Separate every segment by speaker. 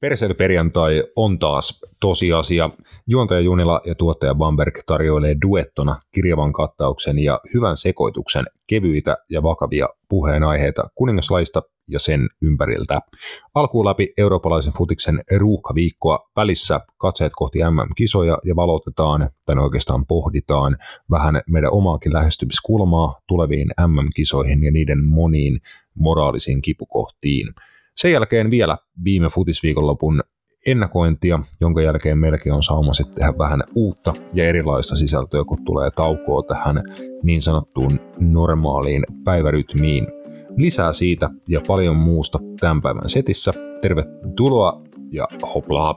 Speaker 1: Perseilyperjantai on taas tosiasia. Juontaja Junila ja tuottaja Bamberg tarjoilee duettona kirjavan kattauksen ja hyvän sekoituksen kevyitä ja vakavia puheenaiheita kuningaslaista ja sen ympäriltä. Alkuun läpi eurooppalaisen futiksen ruuhkaviikkoa, välissä katseet kohti MM-kisoja ja valotetaan, tai oikeastaan pohditaan, vähän meidän omaakin lähestymiskulmaa tuleviin MM-kisoihin ja niiden moniin moraalisiin kipukohtiin. Sen jälkeen vielä viime futisviikonlopun ennakointia, jonka jälkeen meilläkin on sauma sitten tehdä vähän uutta ja erilaista sisältöä, kun tulee taukoa tähän niin sanottuun normaaliin päivärytmiin. Lisää siitä ja paljon muusta tämän päivän setissä. Tervetuloa ja hoplaa!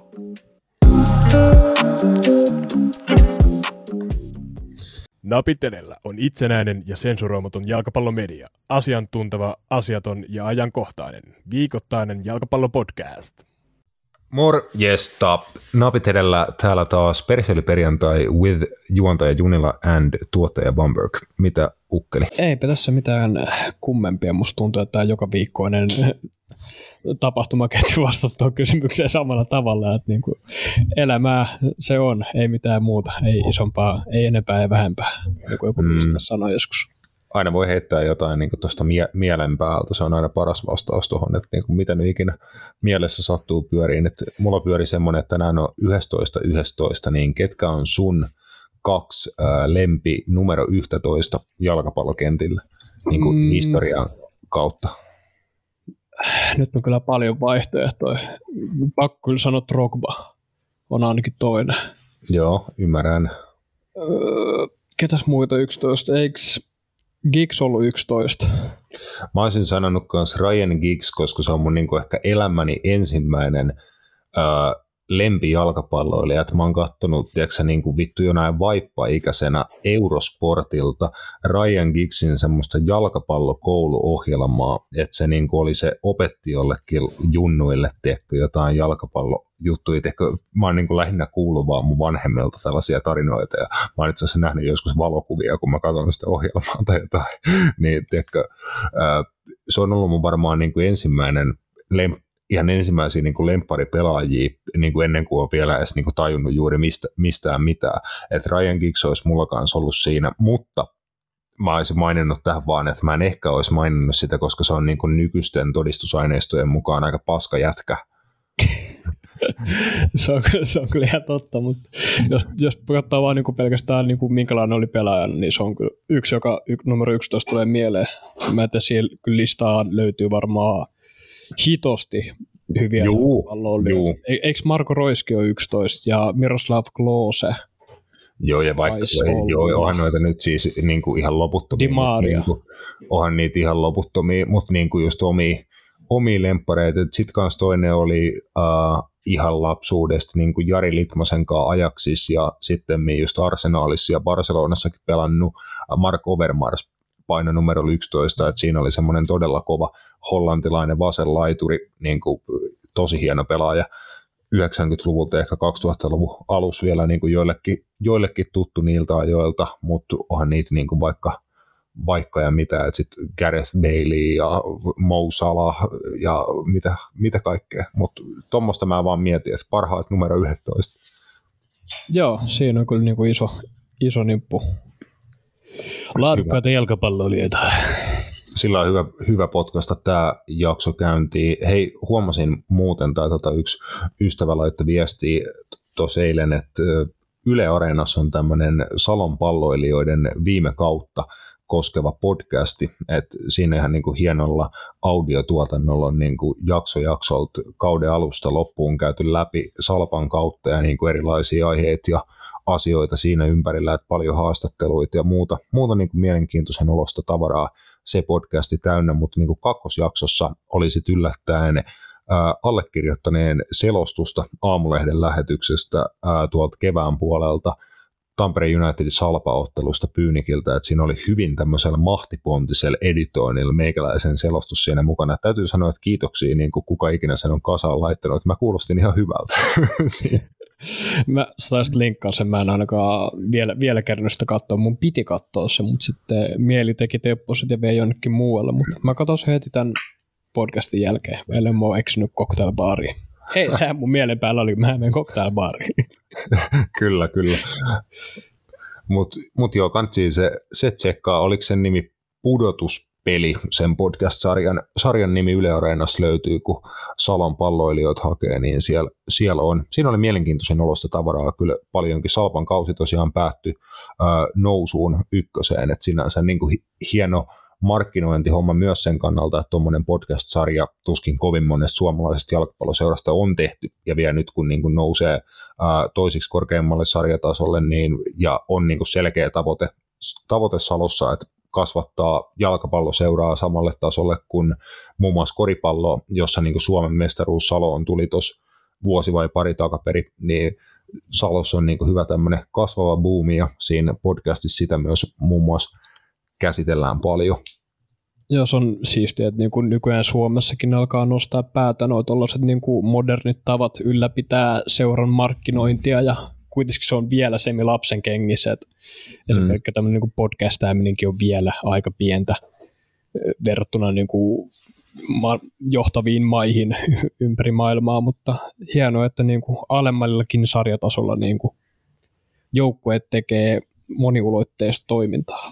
Speaker 2: Napit edellä on itsenäinen ja sensuroimaton jalkapallomedia. Asiantunteva, asiaton ja ajankohtainen. Viikoittainen jalkapallopodcast.
Speaker 1: Morjesta! Napit edellä täällä taas Perseilyperjantai with juontaja Junila and tuottaja Bamberg. Mitä ukkeli?
Speaker 3: Eipä tässä mitään kummempia. Musta tuntuu, että tämä joka viikkoinen tapahtumaketju vastata tuon kysymykseen samalla tavalla, että niin kuin elämää se on, ei mitään muuta, ei isompaa, ei enempää ja vähempää, joku niistä sanoi joskus.
Speaker 1: Aina voi heittää jotain niin tuosta mielen päältä, se on aina paras vastaus tuohon, että niin kuin mitä nyt ikinä mielessä sattuu pyöriin. Että mulla pyöri semmoinen, että tänään on 11.11, niin ketkä on sun kaksi lempi numero 11 jalkapallokentillä niin kuin historian kautta?
Speaker 3: Nyt on kyllä paljon vaihtoehtoja. Pakko kyllä sanoa Drogba on ainakin toinen.
Speaker 1: Joo, ymmärrän.
Speaker 3: Ketäs muita 11? Eikö Giggs ollut 11?
Speaker 1: Mä olisin sanonut myös Ryan Giggs, koska se on mun niin kuin ehkä elämäni ensimmäinen lempijalkapalloilija. Mä oon kattonut, tiedätkö, niin kuin vittu jonain vaippa-ikäisenä Eurosportilta Ryan Giggsin semmoista jalkapallokouluohjelmaa, että se niin kuin oli se opetti jollekin junnuille, tiedätkö, jotain jalkapallojuttuja. Mä oon niin kuin lähinnä kuullut vaan mun vanhemmilta tällaisia tarinoita, ja mä oon itse asiassa nähnyt joskus valokuvia, kun mä katson sitä ohjelmaa tai jotain. Niin, tiedätkö, se on ollut mun varmaan niin kuin ensimmäinen ihan ensimmäisiä niin kuin lempparipelaajia niin kuin ennen kuin on vielä edes niin kuin tajunnut juuri mistään mitään. Että Ryan Giggs olisi mulla kanssa ollut siinä, mutta mä olisin maininnut tähän vaan, että mä en ehkä olisi maininnut sitä, koska se on niin kuin nykyisten todistusaineistojen mukaan aika paska jätkä.
Speaker 3: se on kyllä ihan totta, mutta jos katsotaan vaan niin pelkästään niin kuin minkälainen oli pelaajana, niin se on kyllä yksi, joka numero 11 tulee mieleen. Mä en tiedä, siellä kyllä listaa löytyy varmaan hitosti hyviä jalkapalloilijoita. Eikö Marko Roiski ole 11 ja Miroslav Klose?
Speaker 1: Joo, ja vaikka onhan noita nyt siis niin kuin ihan loputtomia.
Speaker 3: Di Maria.
Speaker 1: Niin onhan niitä ihan loputtomia, mutta niin kuin just omia lemppareita. Sitten kans toinen oli ihan lapsuudesta niin kuin Jari Litmasen kanssa Ajaxissa ja sitten just Arsenalissa ja Barcelonassakin pelannut Mark Overmars paino numero 11, että siinä oli semmoinen todella kova hollantilainen vasen laituri, niin kuin tosi hieno pelaaja 90-luvulta, ehkä 2000-luvun alussa vielä niin kuin joillekin tuttu niiltä ajoilta, mutta onhan niitä niin kuin vaikka ja mitä, että sitten Gareth Bale ja Mo Salah ja mitä kaikkea, mutta tuommoista mä vaan mietin, että parhaat numero 11.
Speaker 3: Joo, siinä on kyllä niin kuin iso nippu. Laadukkaita jalkapalloilijoita.
Speaker 1: Sillä on hyvä podcasta tämä jakso käyntiin. Hei, huomasin muuten, tai yksi ystävä laittoi viestiä tuossa eilen, että Yle Areenassa on tämmöinen Salon palloilijoiden viime kautta koskeva podcasti, että siinä ihan niin kuin hienolla audiotuotannolla on niin kuin jaksolta kauden alusta loppuun käyty läpi Salpan kautta ja niin kuin erilaisia aiheita ja asioita siinä ympärillä, että paljon haastatteluita ja muuta niin kuin mielenkiintoisen olosta tavaraa se podcasti täynnä, mutta niin kuin kakkosjaksossa oli sitten yllättäen allekirjoittaneen selostusta Aamulehden lähetyksestä tuolta kevään puolelta Tampere Unitedin Salpa-ottelusta Pyynikiltä, että siinä oli hyvin tämmöisellä mahtipontisella editoinnilla meikäläisen selostus siinä mukana. Täytyy sanoa, että kiitoksia niin kuin kuka ikinä sen on kasaan laittanut, että mä kuulostin ihan hyvältä.
Speaker 3: Mä taisin linkkaa sen, mä en ainakaan vielä kerran sitä katsoa, mun piti katsoa se, mutta sitten mieli teki tepposet ja vei jonnekin muualle, mutta mä katsoin heti tämän podcastin jälkeen, ellei mä oon eksynyt cocktailbaariin. Hei, sehän mun mielen päällä oli, mä menen cocktailbaariin.
Speaker 1: Kyllä. Mut joo, kansi se tsekkaa, oliko sen nimi Pudotuspeli, sen podcast-sarjan nimi Yle Areenassa löytyy, kun Salon palloilijoita hakee, niin siellä on. Siinä oli mielenkiintoisen olosta tavaraa kyllä paljonkin. Salpan kausi tosiaan päättyi nousuun ykköseen, että sinänsä niin kuin hieno markkinointihomma myös sen kannalta, että tuommoinen podcast-sarja tuskin kovin monesta suomalaisesta jalkapalloseurasta on tehty, ja vielä nyt kun niin kuin nousee toisiksi korkeammalle sarjatasolle, niin, ja on niin kuin selkeä tavoite Salossa, että kasvattaa jalkapalloseuraa samalle tasolle kuin muun muassa koripallo, jossa niin kuin Suomen mestaruus Saloon tuli tuossa vuosi vai pari takaperi, niin Salossa on niin kuin hyvä tämmöinen kasvava buumi, ja siinä podcastissa sitä myös muun muassa käsitellään paljon.
Speaker 3: Joo, se on siistiä, että niin kuin nykyään Suomessakin alkaa nostaa päätä nuo tuollaiset niin kuin modernit tavat ylläpitää seuran markkinointia, ja kuitenkin se on vielä lapsen kengissä, että pelkkä tämmöinen niin kuin podcastaaminenkin on vielä aika pientä verrattuna niin kuin johtaviin maihin ympäri maailmaa, mutta hienoa, että niin kuin alemmallakin sarjatasolla niin kuin joukkueet tekee moniulotteista toimintaa.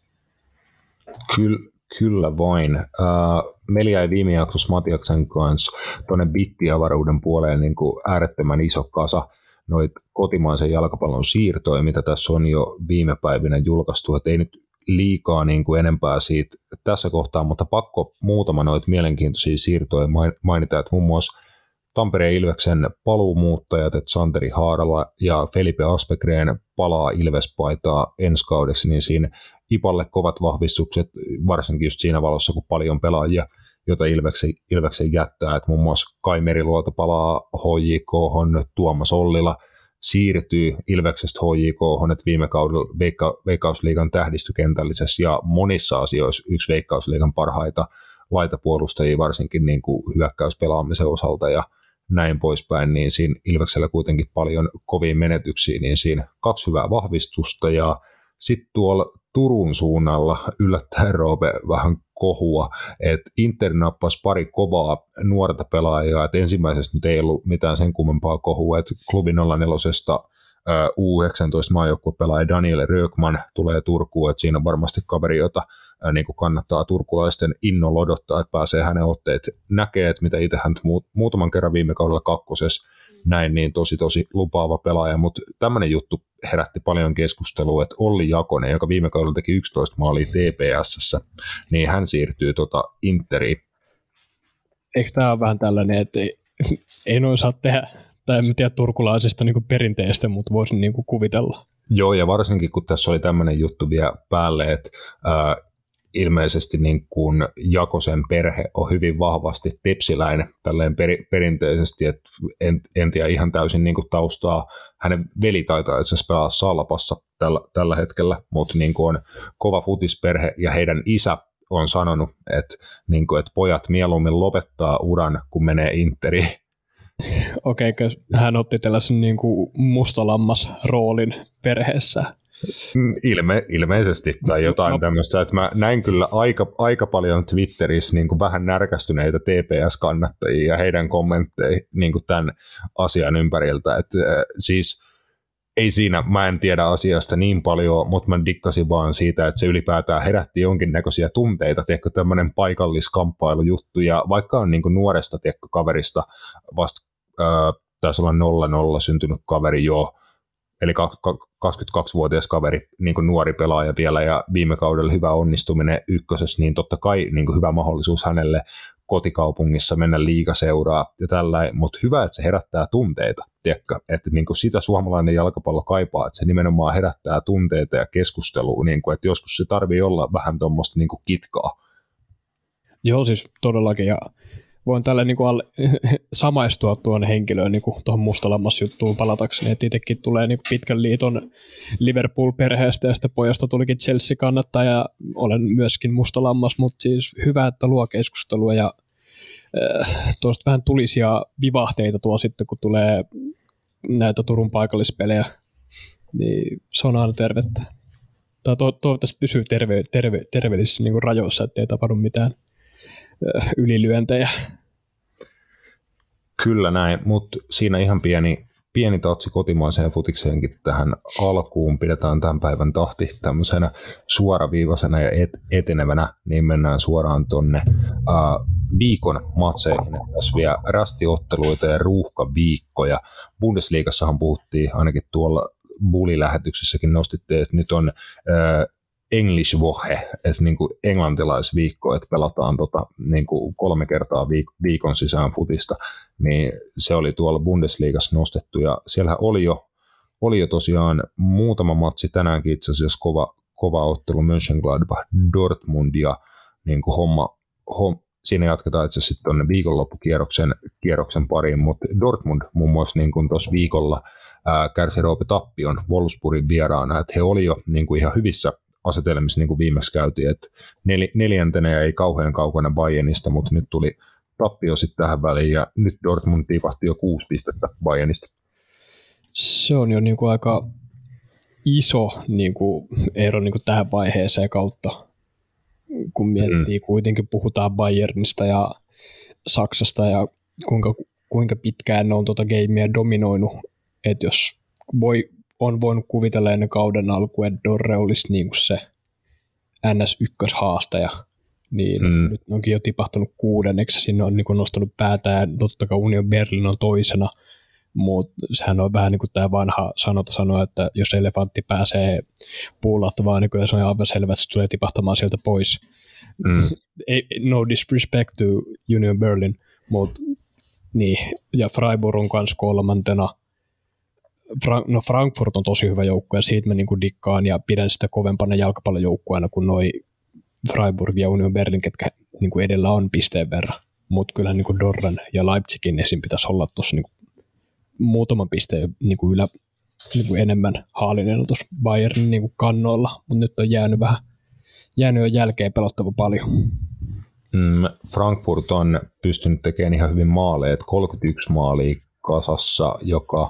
Speaker 1: Kyllä vain. Meillä jäi viime jaksossa Matiaksen kanssa tuonne bittiavaruuden puoleen niin kuin äärettömän iso kasa noita kotimaisen jalkapallon siirtoja, mitä tässä on jo viime päivinä julkaistu, että ei nyt liikaa niin kuin enempää siitä tässä kohtaa, mutta pakko muutama noita mielenkiintoisia siirtoja mainita, että muun muassa Tampereen Ilveksen paluumuuttajat, että Santeri Haarala ja Felipe Aspegren palaa Ilvespaitaa ensi kaudeksi, niin siinä Ipalle kovat vahvistukset, varsinkin just siinä valossa, kun paljon pelaajia, joita Ilveksen jättää, että muun muassa Kai Meriluoto palaa HJK:hon, Tuomas Ollila siirtyy Ilveksestä HJK:hon, että viime kaudella Veikkausliigan tähdistökentällisessä ja monissa asioissa yksi Veikkausliigan parhaita laitapuolustajia, varsinkin niin kuin hyökkäyspelaamisen osalta ja näin poispäin, niin siinä Ilveksellä kuitenkin paljon kovia menetyksiä, niin siinä 2 hyvää vahvistusta, ja sitten tuolla Turun suunnalla yllättäen Roope vähän kohua, että Inter nappasi pari kovaa nuorta pelaajaa, että ensimmäisestä nyt ei ollut mitään sen kummempaa kohua, että klubi 04 U19-maajoukkuepelaaja Daniel Rökman tulee Turkuun, että siinä on varmasti kaveri, jota niin kuin kannattaa turkulaisten innolla odottaa, että pääsee hänen otteet näkee, että mitä itse hän muutaman kerran viime kaudella kakkosessa näin, niin tosi lupaava pelaaja, mutta tämmöinen juttu herätti paljon keskustelua, että Olli Jakonen, joka viime kaudella teki 11 maalia TPS:ssä, niin hän siirtyy Interiin.
Speaker 3: Eikö tämä ole vähän tällainen, että ei noin saa tehdä, tai en tiedä turkulaisista niin kuin perinteistä, mutta voisin niin kuin kuvitella.
Speaker 1: Joo, ja varsinkin kun tässä oli tämmöinen juttu vielä päälle, että ilmeisesti niin kuin Jakosen perhe on hyvin vahvasti tepsiläinen tälleen perinteisesti, että en tiedä ihan täysin niin kuin taustaa. Hänen veli taitaa itse asiassa pelaa Salpassa tällä hetkellä, mutta niin kuin on kova futisperhe, ja heidän isä on sanonut, niin kuin, että pojat mieluummin lopettaa uran, kun menee Interiin.
Speaker 3: Okei, hän otti tällaisen niin kuin mustalammas-roolin perheessä.
Speaker 1: Ilmeisesti, tai jotain tämmöistä, että mä näin kyllä aika paljon Twitterissä niin kuin vähän närkästyneitä TPS-kannattajia ja heidän kommentteja niin kuin tämän asian ympäriltä, että siis ei siinä, mä en tiedä asiasta niin paljon, mutta mä dikkasin vaan siitä, että se ylipäätään herätti jonkinnäköisiä tunteita, tiedätkö, tämmöinen paikalliskamppailu-juttu, ja vaikka on niin kuin nuoresta, tiedätkö, kaverista vasta taisi olla 0-0 syntynyt kaveri jo, eli 22-vuotias kaveri, niin kuin nuori pelaaja vielä, ja viime kaudella hyvä onnistuminen ykkösessä, niin totta kai niin kuin hyvä mahdollisuus hänelle kotikaupungissa mennä liigaseuraa ja tällainen, mutta hyvä, että se herättää tunteita, tiedätkö? Että niin kuin sitä suomalainen jalkapallo kaipaa, että se nimenomaan herättää tunteita ja keskustelua, niin kuin, että joskus se tarvii olla vähän tuommoista niin kuin kitkaa.
Speaker 3: Joo, siis todellakin, ja voin tällä niin kuin samaistua tuon henkilöön niin kuin tuohon mustalammas-juttuun palatakseni, että itsekin tulee niin kuin pitkän liiton Liverpool-perheestä, ja sitten pojasta tulikin Chelsea-kannattaja, ja olen myöskin mustalammas, mutta siis hyvä, että luo keskustelua, ja tuosta vähän tulisia vivahteita tuo sitten, kun tulee näitä Turun paikallispelejä, niin se on aina tervettä. Tai toivottavasti pysyy terveellisissä niin kuin rajoissa, ettei tapahdu mitään ylilyöntejä.
Speaker 1: Kyllä näin, mutta siinä ihan pieni tatsi kotimaiseen futikseenkin tähän alkuun. Pidetään tämän päivän tahti tämmöisenä suoraviivaisena ja etenevänä, niin mennään suoraan tuonne viikon matseihin. Tässä vielä rästiotteluita ja ruuhkaviikkoja. Bundesliigassahan puhuttiin, ainakin tuolla Bully-lähetyksessäkin nostitte, että nyt on English Woche, että niin kuin englantilaisviikko, että pelataan niin kuin 3 kertaa viikon sisään futista, niin se oli tuolla Bundesliigassa nostettu, ja siellähän oli jo tosiaan muutama matsi tänäänkin itse asiassa kova ottelu Mönchengladbach Dortmund, ja niin kuin siinä jatketaan itse asiassa tuonne viikonloppukierroksen pariin, mutta Dortmund muun muassa niin kuin tuossa viikolla kärsi Roope Tappion Wolfsburgin vieraana, että he oli jo niin kuin ihan hyvissä asetelmissa, niin kuin viimeksi käytiin, että 4. ja ei kauhean kaukana Bayernista, mutta nyt tuli tappio sitten tähän väliin, ja nyt Dortmund tipahti jo 6 pistettä Bayernista.
Speaker 3: Se on jo niin kuin aika iso niin kuin ero niin kuin tähän vaiheeseen kautta, kun miettii, kuitenkin puhutaan Bayernista ja Saksasta, ja kuinka pitkään ne on gamea dominoinut, että jos on voinut kuvitella ennen kauden alkuun, että Dorre olisi niin kuin se NS1-haastaja, niin nyt onkin jo tipahtunut 6. Sinne on niin kuin nostanut päätään, totta kai Union Berlin on toisena, mutta sehän on vähän niin kuin tämä vanha sanota sanoa, että jos elefantti pääsee puulattavaan, niin kyllä se on aivan selvä, että se tulee tipahtamaan sieltä pois. No disrespect to Union Berlin, mutta niin, ja Freiburg on kanssa 3. Frankfurt on tosi hyvä joukkue, ja siitä mä niinku dikkaan ja pidän sitä kovempana jalkapallojoukkueena kuin noi Freiburg ja Union Berlin, ketkä niinku edellä on pisteen verran. Mutta kyllähän niinku Dorren ja Leipzigin esim. Pitäisi olla tuossa niinku muutaman pisteen niinku niinku enemmän haalineena tuossa Bayernin niinku kannoilla, mutta nyt on jäänyt jo jälkeen pelottava paljon.
Speaker 1: Frankfurt on pystynyt tekemään ihan hyvin maaleja, että 31 maalia kasassa, joka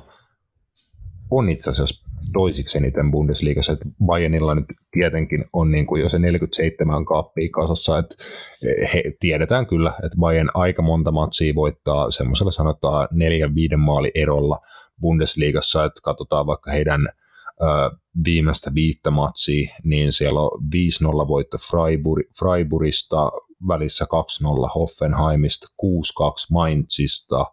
Speaker 1: on itse asiassa toisiksi eniten Bundesliigassa, että Bayernilla nyt tietenkin on niin kuin jo se 47 kaappia kasassa, että he tiedetään kyllä, että Bayern aika monta matsia voittaa semmoisella sanotaan 4-5 maali erolla Bundesliigassa, että katsotaan vaikka heidän viimeistä 5 matsia, niin siellä on 5-0 voitto Freiburgista, välissä 2-0 Hoffenheimista, 6-2 Mainzista,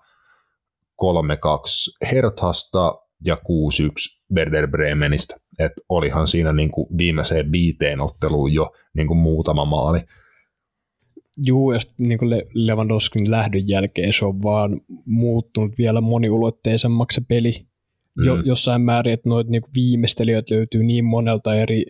Speaker 1: 3-2 Herthasta ja 6-1 Werder Bremenistä. Et olihan siinä niinku viimeiseen 5 otteluun jo niinku muutama maali.
Speaker 3: Juu, ja niinku Lewandowskin lähdön jälkeen se on vaan muuttunut vielä moniulotteisemmaksi se peli. Jossain määrin, että noita niinku viimeistelijät löytyy niin monelta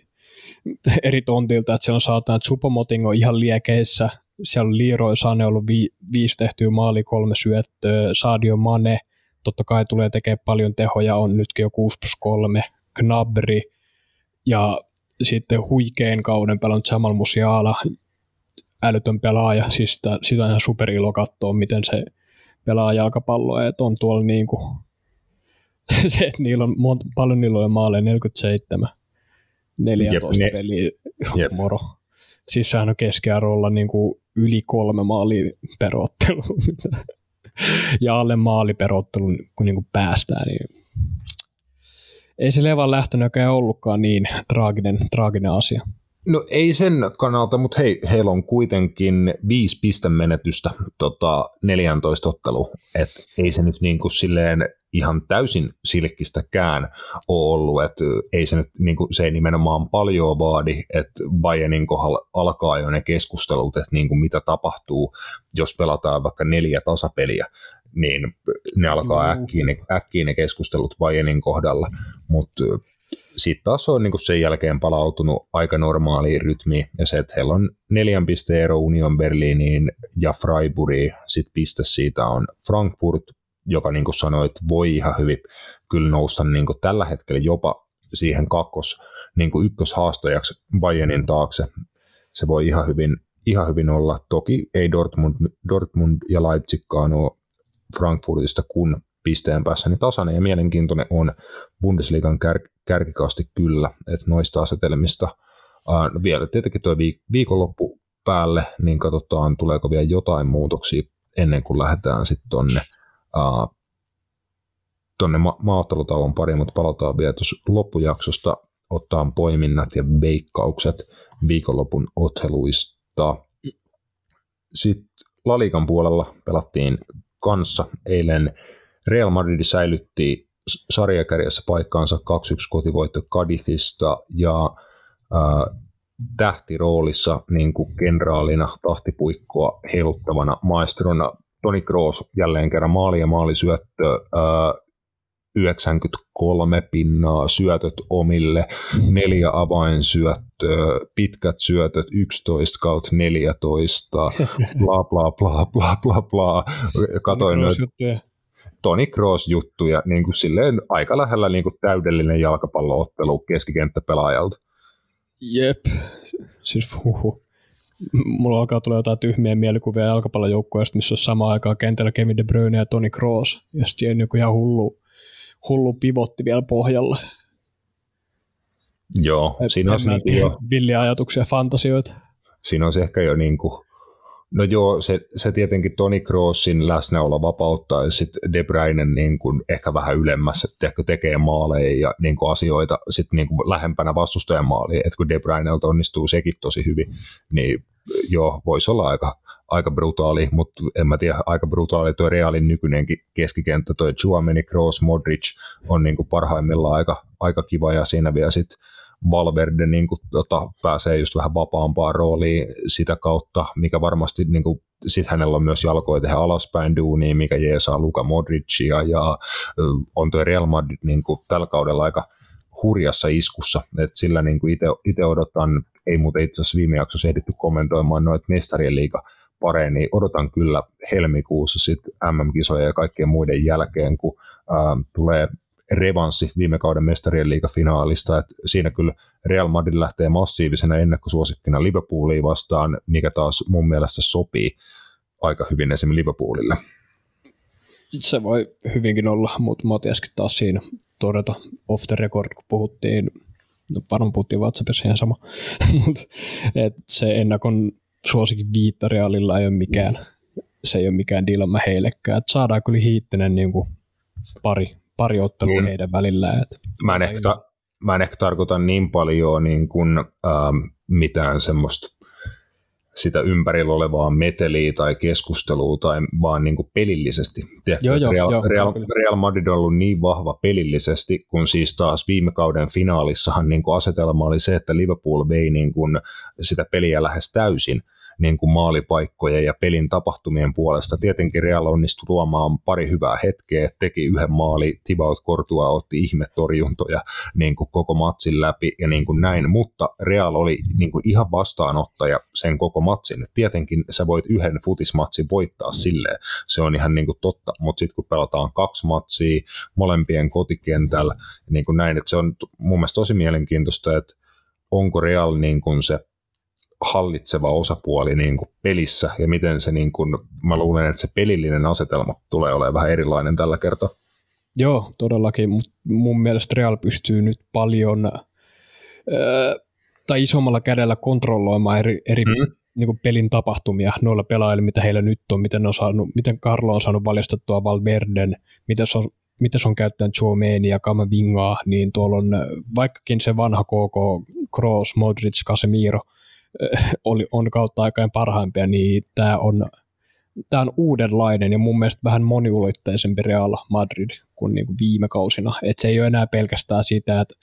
Speaker 3: eri tontilta, että siellä on saatana Choupo-Moting on ihan liekeissä, siellä on Leroy Sané ollut 5 tehtyä maali, 3 syöttöä, Sadio Mane, totta kai tulee tekemään paljon tehoja, on nytkin jo 6+3, Gnabry, ja sitten huikean kauden pelannut Jamal Musiala, älytön pelaaja, siis sitä on ihan superilo katsoa, miten se pelaa jalkapalloa, että on tuolla niinku se, että niillä on paljon niillä on maaleja, 47, 14 peliä, moro. Siis sehän on keskiarvolla niin kuin yli 3 maalia per ottelu. Ja alle maali per ottelu, kun niin kuin päästään. Niin ei se Levan lähtönäkään ollutkaan niin traaginen asia.
Speaker 1: No ei sen kannalta, mutta hei, heillä on kuitenkin 5 pistemenetystä 14 otteluun. Että ei se nyt niin kuin silleen ihan täysin silkkistäkään ole ollut, että ei se nyt niin kuin, se ei nimenomaan paljon vaadi, että Bayernin kohdalla alkaa jo ne keskustelut, että niin kuin mitä tapahtuu, jos pelataan vaikka 4 tasapeliä, niin ne alkaa äkkiä ne keskustelut Bayernin kohdalla, mutta sitten taas on niin kuin sen jälkeen palautunut aika normaaliin rytmiin, ja se, että heillä on 4 pisteen ero Union Berliniin ja Freiburgiin, sitten piste siitä on Frankfurt, joka niin kuin sanoit, voi ihan hyvin kyllä nousta niin kuin tällä hetkellä jopa siihen niin kuin ykköshaastajaksi Bayernin taakse. Se voi ihan hyvin olla. Toki ei Dortmund ja Leipzigkaan ole Frankfurtista kun pisteen päässä, niin tasainen ja mielenkiintoinen on Bundesliigan kärkikasti kyllä, että noista asetelmista vielä tietenkin tuo viikonloppu päälle, niin katsotaan tuleeko vielä jotain muutoksia ennen kuin lähdetään sitten tonne tuonne maaottelutauon pariin, mutta palataan vielä tuossa loppujaksosta ottaan poiminnat ja veikkaukset viikonlopun otteluista. Sitten La Ligan puolella pelattiin kanssa. Eilen Real Madrid säilytti sarjakärjessä paikkaansa 2-1 kotivoitto Cadizista ja tähtiroolissa niin kuin kenraalina tahtipuikkoa heiluttavana maestrona Toni Kroos jälleen kerran maali ja maalisyöttö, 93 pinnaa, syötöt omille, 4 avainsyöttöä, pitkät syötöt 11/14, bla bla bla bla bla bla. Katoin Toni Kroos-juttuja, niin kuin silleen aika lähellä niin kuin täydellinen jalkapalloottelu keskikenttäpelaajalta.
Speaker 3: Jep, siis mulla alkaa tulla jotain tyhmiä mielikuvia jalkapallojoukkueesta, missä on samaan aikaan kentällä Kevin De Bruyne ja Toni Kroos, ja sitten on ihan hullu pivotti vielä pohjalla.
Speaker 1: Joo, siinä on jo
Speaker 3: villiä ajatuksia, fantasioita.
Speaker 1: Siinä on ehkä jo niin kuin, no joo, se tietenkin Toni Kroosin läsnäolo vapauttaa ja sitten De Bruyne niin kuin ehkä vähän ylemmässä, että tekee maaleja ja niin kuin asioita sitten niin kuin lähempänä vastustajan maaliin, että kun De Bruynelta onnistuu sekin tosi hyvin, niin joo, voisi olla aika brutaali, mutta en mä tiedä, aika brutaali tuo Realin nykyinenkin keskikenttä, tuo Tchouaméni, Kroos, Modric on niin kuin parhaimmillaan aika kiva, ja siinä vielä sitten Valverde niin kuin, pääsee just vähän vapaampaan rooliin sitä kautta, mikä varmasti niin kuin, sit hänellä on myös jalkoja tehdä alaspäin duunia, mikä jeesaa Luka Modricia, ja on tuo Real Madrid niin kuin, tällä kaudella aika hurjassa iskussa, että sillä niin kuin itse odotan, ei muuten itse asiassa viime jaksossa ehditty kommentoimaan noita mestarien liiga pareen, niin odotan kyllä helmikuussa sitten MM-kisoja ja kaikkien muiden jälkeen, kun tulee revanssi viime kauden mestarien liigafinaalista, että siinä kyllä Real Madrid lähtee massiivisena ennakkosuosikkina Liverpoolia vastaan, mikä taas mun mielestä sopii aika hyvin esimerkiksi Liverpoolille.
Speaker 3: Se voi hyvinkin olla, mutta mä otin äsken taas siinä todeta off the record, kun puhuttiin, no varmaan puhuttiin WhatsAppissa ihan sama, mutta se ennakon suosikin viitta Realilla ei ole mikään, se ei ole mikään dilemma heillekään, että saadaan kyllä hiittinen niin kuin pari ottelua heidän välillään.
Speaker 1: Mä en ehkä tarkoita niin paljon niin kuin, mitään semmoista sitä ympärillä olevaa meteliä tai keskustelua, tai vaan niin kuin pelillisesti. Real Madrid on ollut niin vahva pelillisesti, kun siis taas viime kauden finaalissahan niin kuin asetelma oli se, että Liverpool vei niin kuin sitä peliä lähes täysin niin kuin maalipaikkojen ja pelin tapahtumien puolesta. Tietenkin Real onnistui tuomaan pari hyvää hetkeä, teki yhden maali, Thibaut Courtois otti ihmetorjuntoja niin kuin koko matsin läpi ja niin kuin näin, mutta Real oli niin kuin ihan vastaanottaja sen koko matsin. Tietenkin sä voit yhden futismatsin voittaa silleen, se on ihan niin kuin totta, mutta sitten kun pelataan 2 matsia molempien kotikentällä niin kuin näin, että se on mun mielestä tosi mielenkiintoista, että onko Real niin kuin se hallitseva osapuoli niin kuin pelissä, ja miten se, niin kuin, mä luulen, että se pelillinen asetelma tulee olemaan vähän erilainen tällä kertaa.
Speaker 3: Joo, todellakin, mutta mun mielestä Real pystyy nyt paljon tai isommalla kädellä kontrolloimaan eri niin kuin pelin tapahtumia noilla pelaajilla, mitä heillä nyt on, miten Carlo on saanut valjastettua Valverden, miten se on käyttänyt Tchouaméni ja Camavingaa, niin tuolla on vaikkakin se vanha KK, Kroos, Modric, Casemiro, on kautta aikain parhaimpia, niin tämä on uudenlainen ja mun mielestä vähän moniulotteisempi Real Madrid kuin niinku viime kausina. Et se ei ole enää pelkästään sitä, että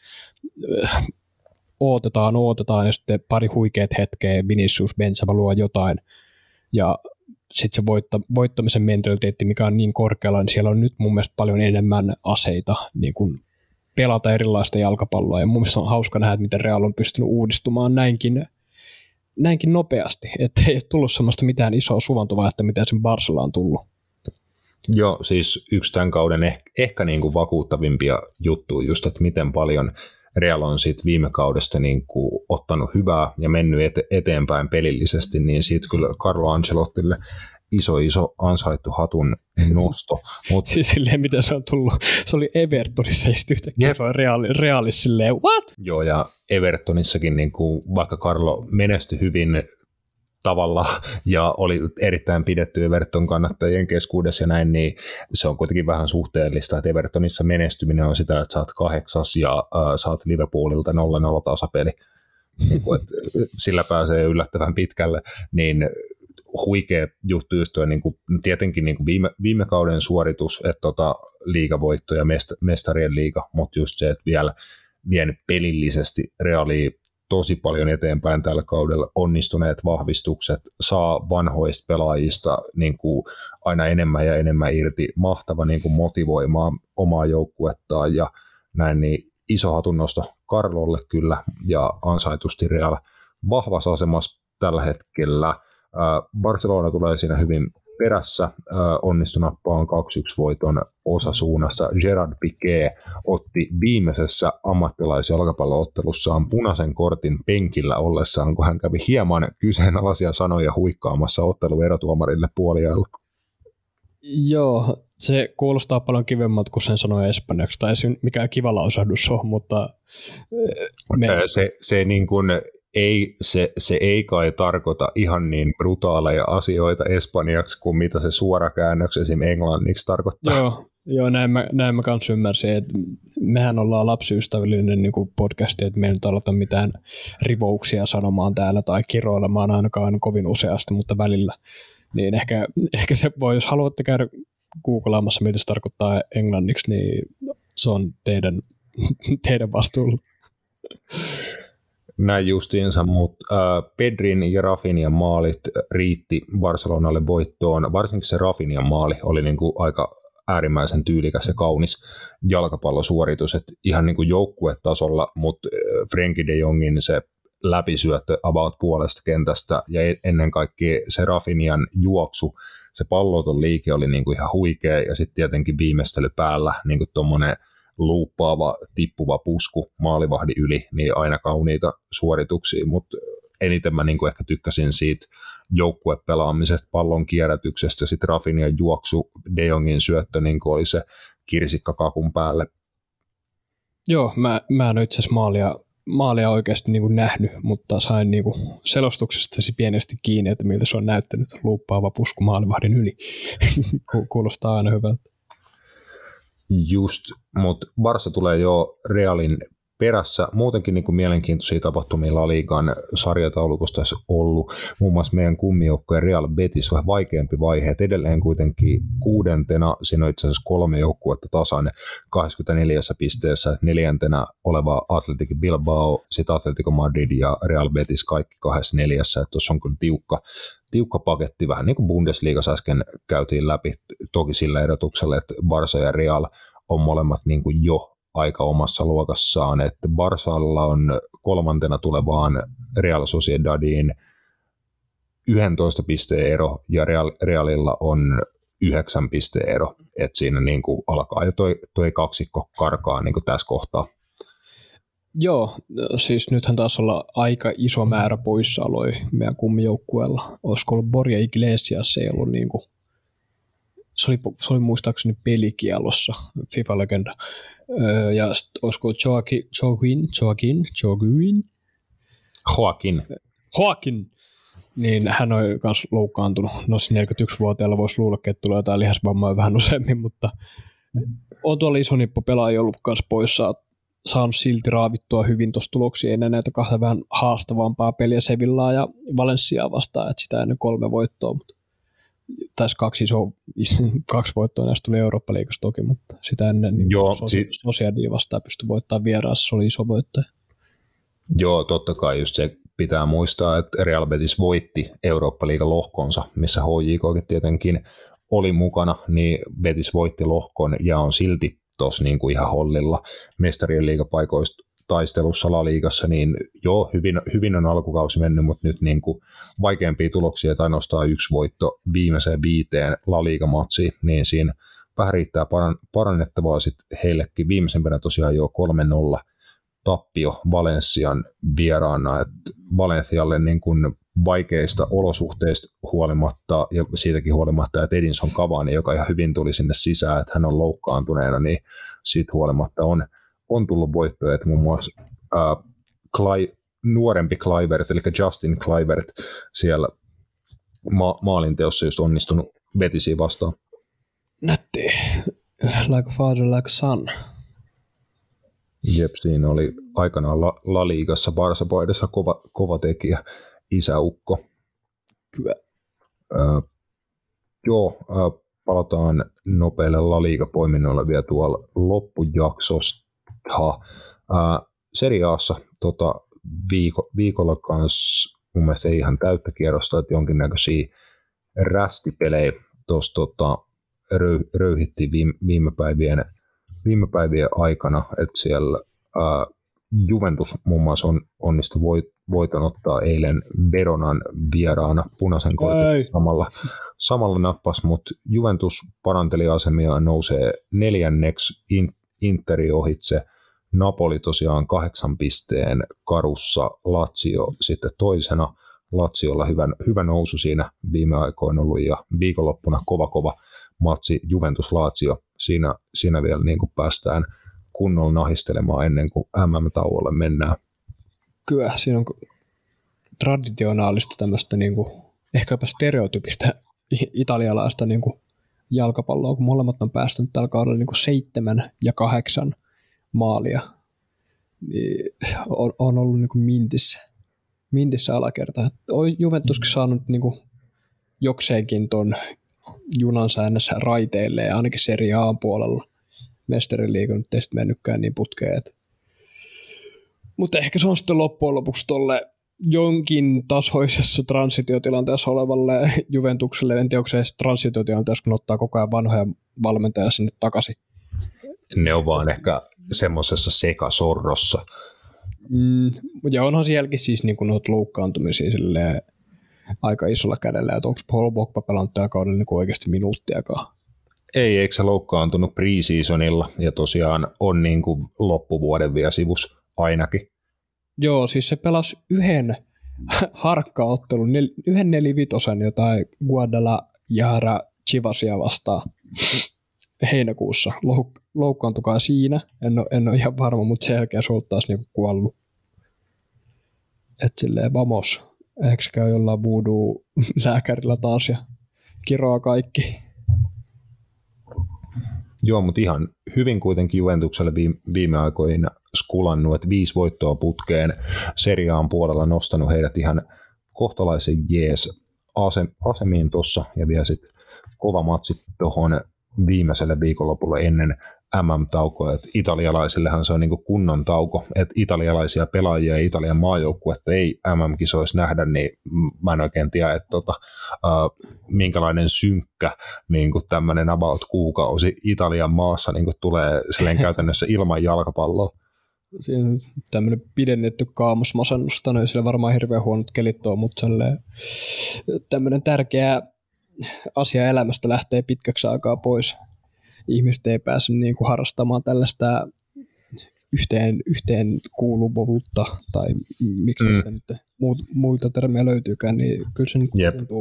Speaker 3: odotetaan ja sitten pari huikeat hetkeä, Vinicius, Benzema luo jotain ja sitten se voittamisen mentaliteetti, mikä on niin korkealla, niin siellä on nyt mun mielestä paljon enemmän aseita niin kuin pelata erilaista jalkapalloa ja mun mielestä on hauska nähdä, että miten Real on pystynyt uudistumaan näinkin nopeasti, että ei ole tullut semmoista mitään isoa suvantovaihetta, mitä sen Barcelona on tullut.
Speaker 1: Joo, siis yksi tämän kauden ehkä niin kuin vakuuttavimpia juttuja, just että miten paljon Real on siitä viime kaudesta niin kuin ottanut hyvää ja mennyt eteenpäin pelillisesti, niin siitä kyllä Carlo Ancelottille iso ansaittu hatun nosto.
Speaker 3: Siis silleen, miten se on tullut. Se oli Evertonissa ja sitten yhtäkkiä se on Realissa silleen, what?
Speaker 1: Joo, ja Evertonissakin, niin kuin, vaikka Carlo menestyi hyvin tavalla ja oli erittäin pidetty Everton kannattajien keskuudessa ja näin, niin se on kuitenkin vähän suhteellista, että Evertonissa menestyminen on sitä, että sä oot 8. ja saat Liverpoolilta 0-0 tasapeli. Niin kuin, että sillä pääsee yllättävän pitkälle, niin huikea juttu just tuo, niin kuin, tietenkin niin kuin viime kauden suoritus, että liigavoitto ja mestarien liiga, mutta just se, että vielä vienyt pelillisesti Realia tosi paljon eteenpäin tällä kaudella, onnistuneet vahvistukset, saa vanhoista pelaajista niin kuin aina enemmän ja enemmän irti, mahtava niin kuin motivoimaan omaa joukkuettaan ja näin, niin iso hatunnosto Carlolle kyllä ja ansaitusti Real vahvassa asemassa tällä hetkellä. Barcelona tulee siinä hyvin perässä, onnistui nappaan 2-1 voiton Osasuunasta. Gerard Piqué otti viimeisessä ammattilaisjalkapallo-ottelussaan punaisen kortin penkillä ollessaan, kun hän kävi hieman kyseenalaisia sanoja huikkaamassa otteluerotuomarille puoliajalla.
Speaker 3: Joo, se kuulostaa paljon kivemmalta kuin sen sanoi espanjaksi, tai se mikään kiva lausahdus on, mutta
Speaker 1: se niin kuin se ei kai tarkoita ihan niin brutaaleja asioita espanjaksi kuin mitä se suora käännöks esim. Englanniksi tarkoittaa.
Speaker 3: Joo, näin mä kanssa ymmärsin, että mehän ollaan lapsiystävällinen niin kuin podcasti, että me ei nyt aloita mitään rivouksia sanomaan täällä tai kiroilemaan ainakaan kovin useasti, mutta välillä. Niin ehkä se voi, jos haluatte käydä googlaamassa, mitä se tarkoittaa englanniksi, niin se on teidän vastuulla.
Speaker 1: Näin justiinsa, mutta Pedrin ja Rafinhan maalit riitti Barcelonalle voittoon. Varsinkin se Rafinhan maali oli niinku aika äärimmäisen tyylikäs ja kaunis jalkapallosuoritus. Et ihan niinku joukkuetasolla, mutta Frenkie de Jongin se läpisyöttö about puolesta kentästä ja ennen kaikkea se Rafinhan juoksu, se palloton liike oli niinku ihan huikea ja sitten tietenkin viimeistely päällä niinku tuommoinen luuppaava, tippuva pusku maalivahdin yli, niin aina kauniita suorituksia, mutta eniten mä niinku ehkä tykkäsin siitä joukkuepelaamisesta, pallon kierrätyksestä ja sitten Rafinhan juoksu, De Jongin syöttö niinku oli se kirsikka kakun päälle.
Speaker 3: Joo, mä en ole itse asiassa maalia oikeasti niin kuin nähnyt, mutta sain niin kuin selostuksestasi pienesti kiinni, että miltä se on näyttänyt luuppaava pusku maalivahdin yli. Kuulostaa aina hyvältä.
Speaker 1: Just, mutta Barça tulee jo Realin perässä. Muutenkin niin kuin mielenkiintoisia tapahtumia La Ligan sarjataulukosta tässä ollut. Muun muassa meidän kummijoukkojen Real Betis vähän vaikeampi vaihe. Edelleen kuitenkin 6. Siinä on itse asiassa 3 joukkuetta tasan 24 pisteessä. 4. oleva Athletic Bilbao, sitten Atletico Madrid ja Real Betis kaikki 24. Tuossa on kyllä tiukka paketti, vähän niin kuin Bundesliigassa äsken käytiin läpi. Toki sillä erotuksella, että Barça ja Real on molemmat niin kuin jo aika omassa luokassaan, että Barsalla on 3. tulevaan Real Sociedadiin 11 pisteen ero ja Realilla on 9 pisteen ero, että siinä niin kuin alkaa jo toi kaksikko karkaa niin kuin tässä kohtaa.
Speaker 3: Joo, siis nythän taas olla aika iso määrä poissaoloja meidän kummijoukkueella. Olisiko ollut Borja Iglesias, se ei ollut niin kuin, se oli muistaakseni pelikielossa, FIFA-legenda. Ja olisiko Joaquin, niin hän on myös loukkaantunut. No 41-vuotiaalla voisi luulla, että tulee jotain lihasvammaa vähän useammin, mutta on tuolla iso nippu pelaajia ollut myös poissa. Saanut silti raavittua hyvin tuossa tuloksia ennen näitä 2 vähän haastavampaa peliä Sevillaa ja Valenciaa vastaan, että sitä ennen 3 voittoa, mutta tässä 2 voittoa näistä tuli Eurooppa-liigassa toki, mutta sitä ennen niin Sociedad vastaan pystyi voittamaan vieraassa, se oli iso voittaja.
Speaker 1: Joo, totta kai just se pitää muistaa, että Real Betis voitti Eurooppa-liigan lohkonsa, missä HJKkin tietenkin oli mukana, niin Betis voitti lohkon ja on silti tuossa niin kuin ihan hollilla mestarien liigapaikoista taistelussa La Liigassa, niin joo, hyvin on alkukausi mennyt, mutta nyt niin kuin vaikeampia tuloksia, että ainoastaan 1 voitto viimeiseen 5 La Liga-matsiin, niin siinä vähän riittää parannettavaa sitten heillekin. Viimeisempänä tosiaan jo 3-0 tappio Valencian vieraana, että Valencialle niin kuin vaikeista olosuhteista huolimatta ja siitäkin huolimatta, että Edinson Cavani, joka ihan hyvin tuli sinne sisään, että hän on loukkaantuneena, niin siitä huolimatta on tullut voittoja, että muun muassa nuorempi Kluivert, eli Justin Kluivert siellä maalinteossa just onnistunut Betisiä vastaan.
Speaker 3: Nätti. Like a father, like a son.
Speaker 1: Jep, siinä oli aikanaan La Ligassa Barça-paidassa kova tekijä, isäukko.
Speaker 3: Kyllä.
Speaker 1: Palataan nopeille La Liga-poiminnoille vielä tuolla loppujaksosta. Serie A:ssa viikolla kanssa mun mielestä ei ihan täyttä kierrosta, että jonkinnäköisiä rästipelejä tuossa röyhittiin viime päivien aikana, että siellä Juventus muun muassa onnistui voiton ottaa eilen Veronan vieraana punaisen kortin samalla nappas, mutta Juventus paranteli asemia ja nousee 4. Interi ohitse. Napoli tosiaan 8 pisteen karussa, Lazio sitten toisena. Laziolla hyvä nousu siinä viime aikoina ollut ja viikonloppuna kova matsi Juventus-Lazio. Siinä vielä niin kuin päästään kunnolla nahistelemaan ennen kuin MM-tauolle mennään.
Speaker 3: Kyllä, siinä on traditionaalista tämmöistä niin kuin, ehkä jopa stereotypistä italialaista niin kuin jalkapalloa, kun molemmat on päästänyt tällä kaudella niin kuin 7 ja 8 maalia. Niin on ollut niin kuin mintissä alakerta. On Juventuskin saanut niin kuin jokseenkin ton junansa ennässä raiteille ja ainakin Serie A puolella. Mestariliiga nyt ei sitten mennytkään niin putkeen. Mutta ehkä se on sitten loppujen lopuksi tolle jonkin tasoisessa transitiotilanteessa olevalle Juventukselle. En tiedä, onko se edes transitiotilanteessa, kun ottaa koko ajan vanhoja valmentajia sinne takaisin.
Speaker 1: Ne on vaan ehkä semmoisessa sekasorrossa.
Speaker 3: Ja onhan sielläkin siis niin noita loukkaantumisia aika isolla kädellä. Että onko Paul Pogba pelannut tällä kaudella niin oikeasti minuuttiakaan?
Speaker 1: Ei, eikö se loukkaantunut pre-seasonilla ja tosiaan on niin kuin loppuvuoden vielä sivus ainakin.
Speaker 3: Joo, siis se pelasi yhden harkkaottelun, 1-4-5 jotain Guadalajara Chivasia vastaan heinäkuussa. Loukkaantukaa siinä, en ole ihan varma, mutta sen jälkeen se on taas niinku kuollut. Että silleen vamos, ehkä se käy jollain voodoo-lääkärillä taas ja kiroaa kaikki.
Speaker 1: Joo, mutta ihan hyvin kuitenkin Juventukselle viime aikoina skulannut, että 5 voittoa putkeen Serie A:n puolella nostanut heidät ihan kohtalaisen jees asemiin tuossa ja vielä sitten kova matsi tuohon viimeiselle viikonlopulle ennen MM-taukoa, että italialaisillehan se on niin kuin kunnon tauko, että italialaisia pelaajia ja Italian maajoukkuetta ei MM-kisoissa nähdä, niin mä en oikein tiedä, että minkälainen synkkä niin kuin tämmöinen about kuukausi Italian maassa niin kuin tulee silleen käytännössä ilman jalkapalloa.
Speaker 3: Siinä on tämmöinen pidennetty kaamosmasennusta, no ei sillä varmaan hirveän huonot kelit on, mutta tämmöinen tärkeä asia elämästä lähtee pitkäksi aikaa pois. Ihmiset ei pääse niin kuin harrastamaan tällaista yhteen kuuluvuutta, tai miksi sitä nyt muita termejä löytyykään, niin kyllä se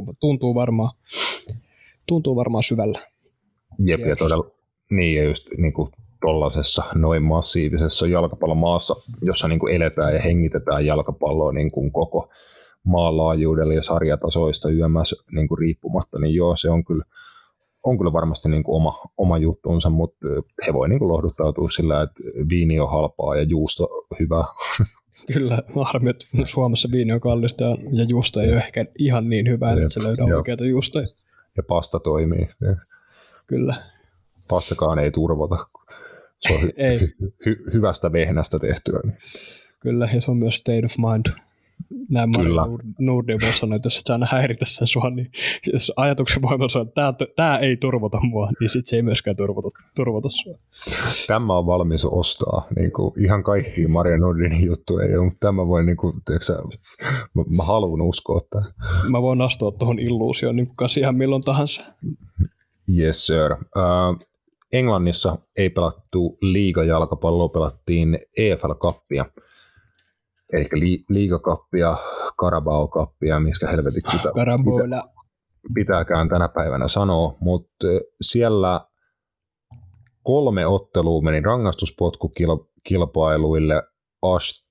Speaker 3: tuntuu varmaan syvällä.
Speaker 1: Jep, ja todella, niin ja just niin kuin tuollaisessa noin massiivisessa jalkapallomaassa, jossa niin kuin eletään ja hengitetään jalkapalloa niin kuin koko maan laajuudella ja sarjatasoista YMS niin kuin riippumatta, niin joo, se on kyllä varmasti niin kuin oma juttunsa, mutta he voi niin kuin lohduttautua sillä, että viini on halpaa ja juusto hyvää.
Speaker 3: Kyllä, harmi, että Suomessa viini on kallista ja juusto ei ole ehkä ihan niin hyvää, että se löydä oikeita juustoja.
Speaker 1: Ja pasta toimii.
Speaker 3: Kyllä.
Speaker 1: Pastakaan ei turvota. Se on hyvästä vehnästä tehtyä.
Speaker 3: Kyllä, ja se on myös state of mind. Näin Nordin voi sanoa, että jos et sä aina häiritä sen sua, niin jos ajatuksen voimassa on, että tämä ei turvota mua, niin sit se ei myöskään turvota sua.
Speaker 1: Tämä on valmis ostaa. Niin kuin ihan kaikki Maria Nordinin juttuja ei ole, mutta tämä voi, niin kuin, mä haluan uskoa tähän.
Speaker 3: Mä voin astua tuohon illuusioon niin kuin ihan milloin tahansa.
Speaker 1: Yes sir. Englannissa ei pelattu liigajalkapalloa, pelattiin EFL-kappia. Eli liigakappia, Carabao-kappia, miksi helvetiksi sitä pitääkään tänä päivänä sanoa, mutta siellä 3 ottelua meni rangaistuspotkukilpailuille.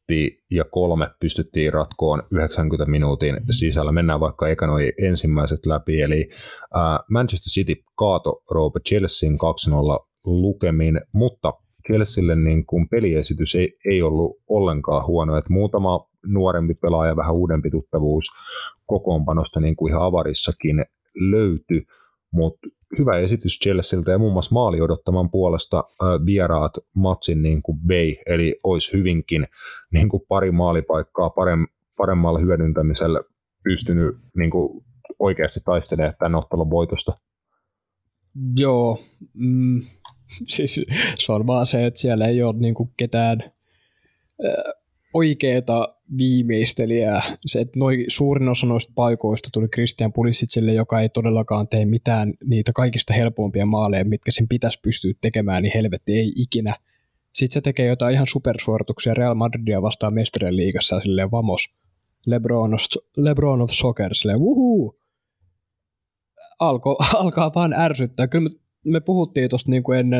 Speaker 1: minuuttia ja 3 pystyttiin ratkoon 90 minuutin sisällä. Mennään vaikka eka noi ensimmäiset läpi, eli Manchester City kaato Roope Chelsean 2-0 lukemin, mutta Chelsealle niin kuin peliesitys ei ollut ollenkaan huono, että muutama nuorempi pelaaja, vähän uudempi tuttavuus kokoonpanosta niin kuin ihan avarissakin löytyi, mutta hyvä esitys Chelsealtä ja muun muassa maali odottaman puolesta vieraat matsin niin kuin vei, eli olisi hyvinkin niin kuin pari maalipaikkaa paremmalla hyödyntämisellä pystynyt niin kuin oikeasti taistelemaan tämän ottelun voitosta.
Speaker 3: Joo, siis se on vaan se, että siellä ei ole niinku ketään oikeaa viimeistelijää. Se, että suurin osa noista paikoista tuli Christian Pulisicille, joka ei todellakaan tee mitään niitä kaikista helpompia maaleja, mitkä sen pitäisi pystyä tekemään, niin helvetti ei ikinä. Sitten se tekee jotain ihan supersuorituksia Real Madridia vastaan mestarien liigassa ja silleen vamos, LeBron of soccer, silleen wuhuu. Alkaa vaan ärsyttää. Kyllä me puhuttiin tuosta niinku ennen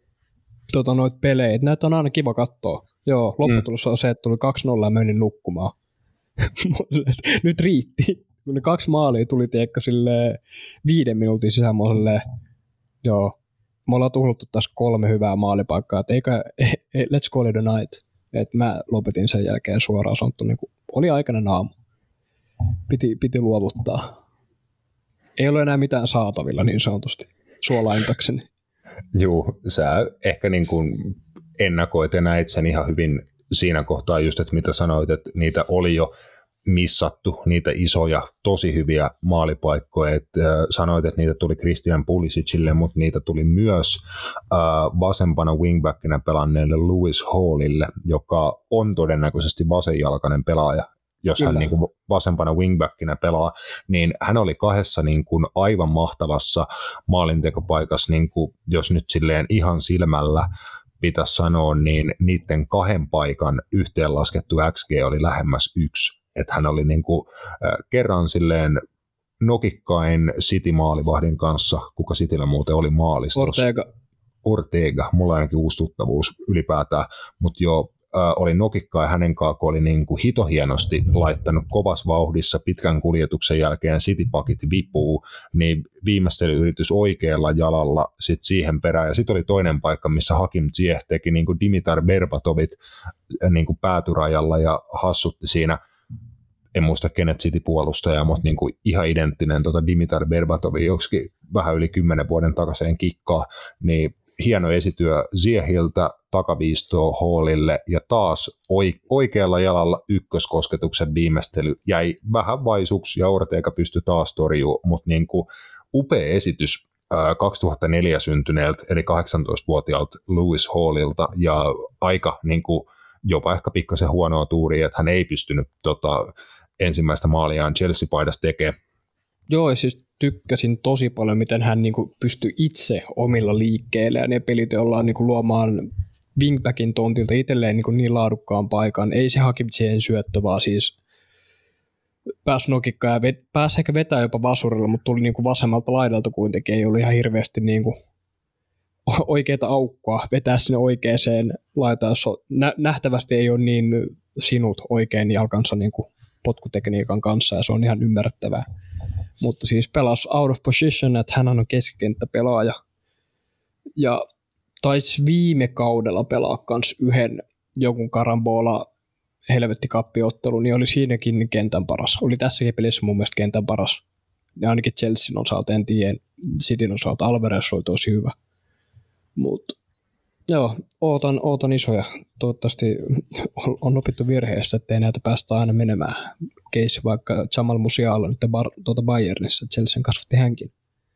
Speaker 3: noita pelejä, että näitä on aina kiva katsoa. Joo, lopputulos on se, että tuli 2-0 ja menin nukkumaan. Nyt riitti. Kun ne 2 maalia tuli tiekka silleen 5 minuutin sisään, joo, me ollaan tuhluttu tässä 3 hyvää maalipaikkaa, että let's call it a night. Et mä lopetin sen jälkeen suoraan sanottu, niin oli aikainen aamu. Piti luovuttaa. Ei ole enää mitään saatavilla niin sanotusti, suolaintakseni.
Speaker 1: Joo, sä ehkä niin kuin ennakoit ja näit sen ihan hyvin siinä kohtaa just, että mitä sanoit, että niitä oli jo missattu, niitä isoja, tosi hyviä maalipaikkoja. Että sanoit, että niitä tuli Christian Pulisicille, mutta niitä tuli myös vasempana wingbackina pelanneelle Lewis Hallille, joka on todennäköisesti vasenjalkainen pelaaja. Jos hän niin kuin vasempana wingbackina pelaa, niin hän oli 2 niin kuin aivan mahtavassa maalintekopaikassa, niin kuin jos nyt silleen ihan silmällä pitäisi sanoa, niin niiden 2 paikan yhteenlaskettu XG oli lähemmäs 1. Että hän oli niin kuin, kerran silleen nokikkain City-maalivahdin kanssa, kuka Cityllä muuten oli maalistossa. Ortega, mulla on ainakin uusi tuttavuus ylipäätään, mutta joo, oli nokikkaa ja hänen kanssa oli niin kuin hitohienosti laittanut kovassa vauhdissa pitkän kuljetuksen jälkeen City-pakit vipuu, niin viimeistelyyritys oikealla jalalla sit siihen perään. Ja sitten oli toinen paikka, missä Hakim Ziyech teki niin kuin Dimitar Berbatovit niin kuin päätyrajalla ja hassutti siinä, en muista kenet City-puolustaja, mutta niin kuin ihan identtinen Dimitar Berbatovin joksikin vähän yli 10 vuoden takaiseen kikkaa, niin hieno esityö Ziyechiltä, takaviistoa Hallille ja taas oikealla jalalla ykköskosketuksen viimeistely jäi vähän vaisuksi ja Ortega pystyi taas torjumaan, mutta niin kuin upea esitys 2004 syntyneeltä eli 18-vuotiaalta Lewis Hallilta ja aika niin kuin jopa ehkä pikkasen huonoa tuuria, että hän ei pystynyt ensimmäistä maaliaan Chelsea-paidassa tekemään.
Speaker 3: Joo, siis tykkäsin tosi paljon, miten hän niinku pystyi itse omilla liikkeillä ja ne pelit ollaan niinku luomaan wingbackin tontilta itselleen niinku niin laadukkaan paikan. Ei se Hakim Ziyehin syöttö, vaan siis pääsi nokikkaan ja pääsi ehkä vetää jopa vasurilla, mutta tuli niinku vasemmalta laidalta kuitenkin. Ei ollut ihan hirveästi niinku oikeaa aukkoa vetää sinne oikeaan laitaan. Nähtävästi ei ole niin sinut oikein jalkansa niinku potkutekniikan kanssa ja se on ihan ymmärrettävää. Mutta siis pelasi out of position, että hän on keskikenttäpelaaja. Ja taisi viime kaudella pelaa kans yhden jonkun karambola helvettikappiottelun, niin oli siinäkin kentän paras. Oli tässäkin pelissä mun mielestä kentän paras. Ja ainakin Chelsean osalta, en tiedä, Cityn osalta Alvarez oli tosi hyvä. Mutta joo, ootan isoja. Toivottavasti on opittu virheestä, ettei näitä päästä aina menemään. Keissi vaikka Jamal Musiala nyt Bayernissa, Chelsean kasvatti hänkin.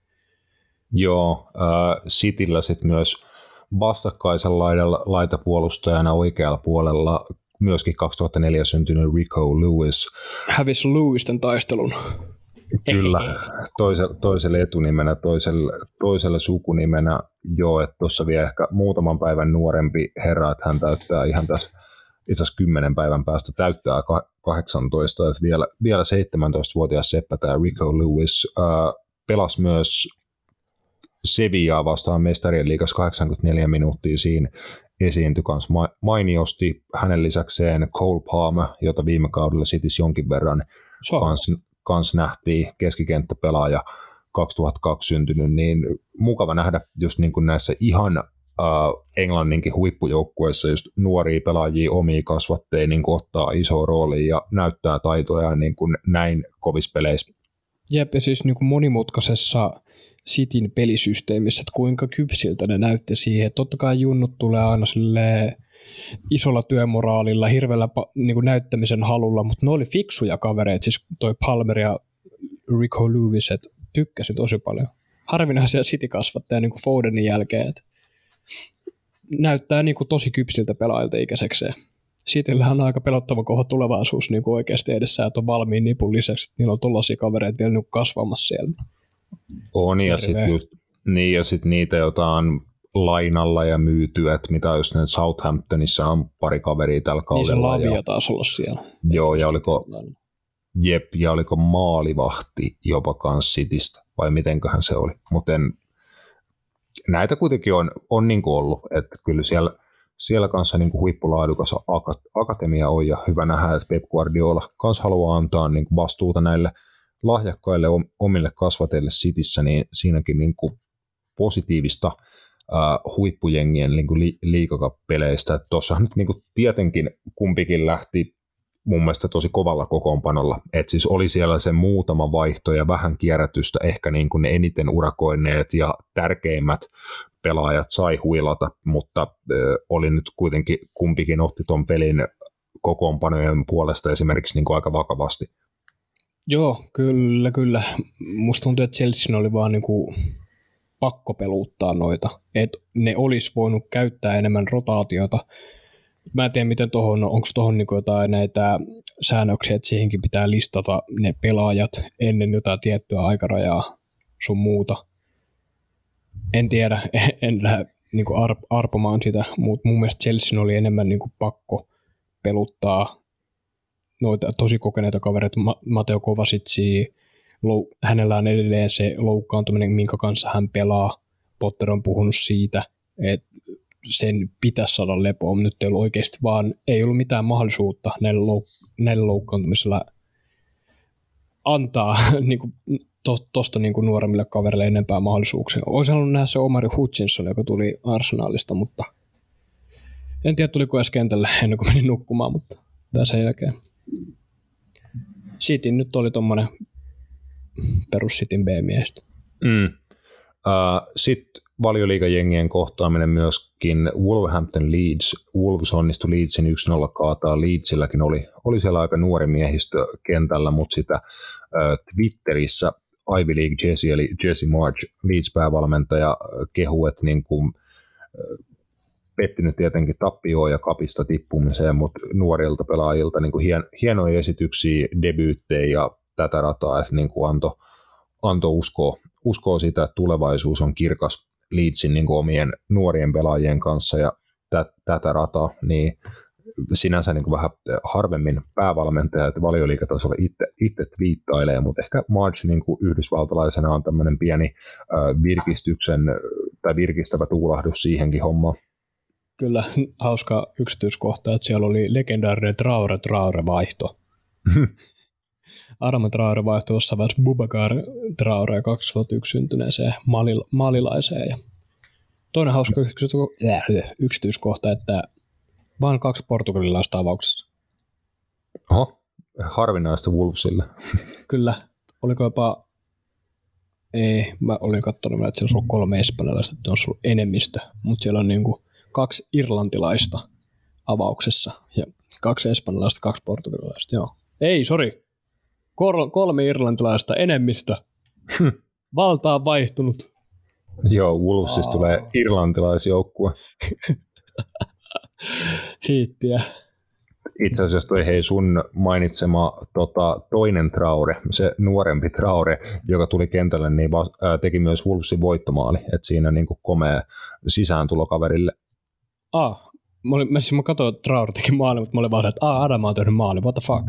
Speaker 1: Joo, Cityllä sitten myös vastakkaisen laitapuolustajana oikealla puolella myöskin 2004 syntynyt Rico Lewis.
Speaker 3: Hävisi Lewisten taistelun.
Speaker 1: Kyllä, toiselle etunimenä, toiselle sukunimenä. Joo, että tuossa vielä ehkä muutaman päivän nuorempi herra, että hän täyttää ihan tässä itse asiassa 10 päivän päästä täyttää 18, että vielä 17-vuotias seppä tämä Rico Lewis pelasi myös Sevillaa vastaan mestarien liigassa 84 minuuttia siinä esiintyi kans mainiosti. Hänen lisäkseen Cole Palmer, jota viime kaudella Cityssä jonkin verran kans nähtiin, keskikenttäpelaaja 2002 syntynyt, niin mukava nähdä just niin kuin näissä ihan Englanninkin huippujoukkueissa just nuoria pelaajia omia kasvatteja niin kuin ottaa iso rooli ja näyttää taitoja niin kuin näin kovissa peleissä.
Speaker 3: Jep, ja siis niin kuin monimutkaisessa Cityn pelisysteemissä, että kuinka kypsiltä ne näytti siihen. Totta kai junnut tulee aina isolla työmoraalilla, hirveällä niin kuin näyttämisen halulla, mutta ne oli fiksuja kavereita, siis toi Palmer ja Rico Lewis, että tykkäsin tosi paljon. Harvinaisia City-kasvattaja niin kuin Fodenin jälkeen, että näyttää niin kuin tosi kypsiltä pelaajilta ikäisekseen. Cityllähän on aika pelottava kohta tulevaisuus niin kuin oikeasti edessä, että on valmiin nipun lisäksi, että niillä on tollaisia kavereita vielä niin kasvamassa siellä.
Speaker 1: On, ja sitten niitä, joita on lainalla ja myyty, että mitä jos nyt Southamptonissa on pari kaveria tällä kaudella.
Speaker 3: Niin se Lavia taas olla siellä.
Speaker 1: Joo, ja oliko maalivahti jopa kans Citystä, vai mitenköhän se oli. Mutta näitä kuitenkin on niin kuin ollut, että kyllä siellä kanssa niin kuin huippulaadukas akatemia on, ja hyvä nähdä, että Pep Guardiola kanssa haluaa antaa niin kuin vastuuta näille lahjakkaille omille kasvateille Cityssä, niin siinäkin niin kuin positiivista huippujengien niin kuin liigakappeleista. Tuossahan nyt niin kuin tietenkin kumpikin lähti mun mielestä tosi kovalla kokoonpanolla. Että siis oli siellä se muutama vaihto ja vähän kierrätystä, ehkä niin kuin ne eniten urakoineet ja tärkeimmät pelaajat sai huilata, mutta oli nyt kuitenkin kumpikin otti ton pelin kokoonpanojen puolesta esimerkiksi niin kuin aika vakavasti.
Speaker 3: Joo, kyllä. Musta tuntuu, että Chelsea oli vaan niinku pakko peluuttaa noita. Että ne olisi voinut käyttää enemmän rotaatiota. Mä en tiedä, miten onko tuohon niinku jotain näitä säännöksiä, että siihenkin pitää listata ne pelaajat ennen jotain tiettyä aikarajaa sun muuta. En tiedä, en lähde niinku arpomaan sitä, mutta mun mielestä Chelsea oli enemmän niinku pakko peluttaa noita tosi kokeneita kavereita, Mateo Kovasicia, hänellä on edelleen se loukkaantuminen, minkä kanssa hän pelaa. Potter on puhunut siitä, että sen pitäisi saada lepoa, mutta nyt ei ollut oikeasti vaan, ei ollut mitään mahdollisuutta näillä loukkaantumisella antaa niinku, tosta niinku nuoremmille kaverille enempää mahdollisuuksia. Olisi halunnut nähdä se Omari Hutchinson, joka tuli Arsenalista, mutta en tiedä tuliko edes kentälle ennen kuin menin nukkumaan, mutta sen jälkeen. City nyt oli tommonen perus Cityn B-miehistä.
Speaker 1: Sitten Valioliigajengien kohtaaminen myöskin Wolverhampton Leeds. Wolves onnistui Leedsin 1-0 kaataa. Leedsilläkin oli siellä aika nuori miehistö kentällä, mutta sitä Twitterissä Ivy League Jesse eli Jesse March, Leeds-päävalmentaja, kehu, että niin kuin pettynyt tietenkin tappioon ja kapista tippumiseen, mutta nuorilta pelaajilta niin kuin hienoja esityksiä, debyyttejä ja tätä rataa, että niin kuin antoi uskoa sitä, että tulevaisuus on kirkas Leedsin niin kuin omien nuorien pelaajien kanssa ja tätä rataa, niin sinänsä niin kuin vähän harvemmin päävalmentaja, että Valioliigatasolla itse twiittailee, mutta ehkä March niin kuin yhdysvaltalaisena on tämmöinen pieni virkistävä tuulahdus siihenkin hommaan.
Speaker 3: Kyllä, hauska yksityiskohta, että siellä oli legendaarinen Traore-vaihto. Adama Traore vaihtoi jossain vaiheessa Boubacar Traore 2001 syntyneeseen malilaiseen. Ja toinen hauska yksityiskohta, että vain 2 portugalilaista avauksessa.
Speaker 1: Oho, harvinaista Wolvesille.
Speaker 3: Kyllä, oliko jopa, mä olin katsonut, että siellä on 3 espanjalaista, että on ollut enemmistö, mutta siellä on niinku 2 irlantilaista avauksessa ja 2 espanjalaista, 2 portugalilaista, joo. Ei, sori. 3 irlantilaista enemmistö. Valta on vaihtunut.
Speaker 1: Joo, Wolvesista tulee irlantilaisjoukkue.
Speaker 3: Hiittiä.
Speaker 1: Itse asiassa toi sun mainitsema toinen Traore, se nuorempi Traore, joka tuli kentälle, niin teki myös Wolvesin voittomaali. Että siinä niin kuin komea sisääntulo kaverille.
Speaker 3: Mä katsoin, että Traore teki maali, mutta mä olin vaan, että Adama on tehnyt maali, what the fuck.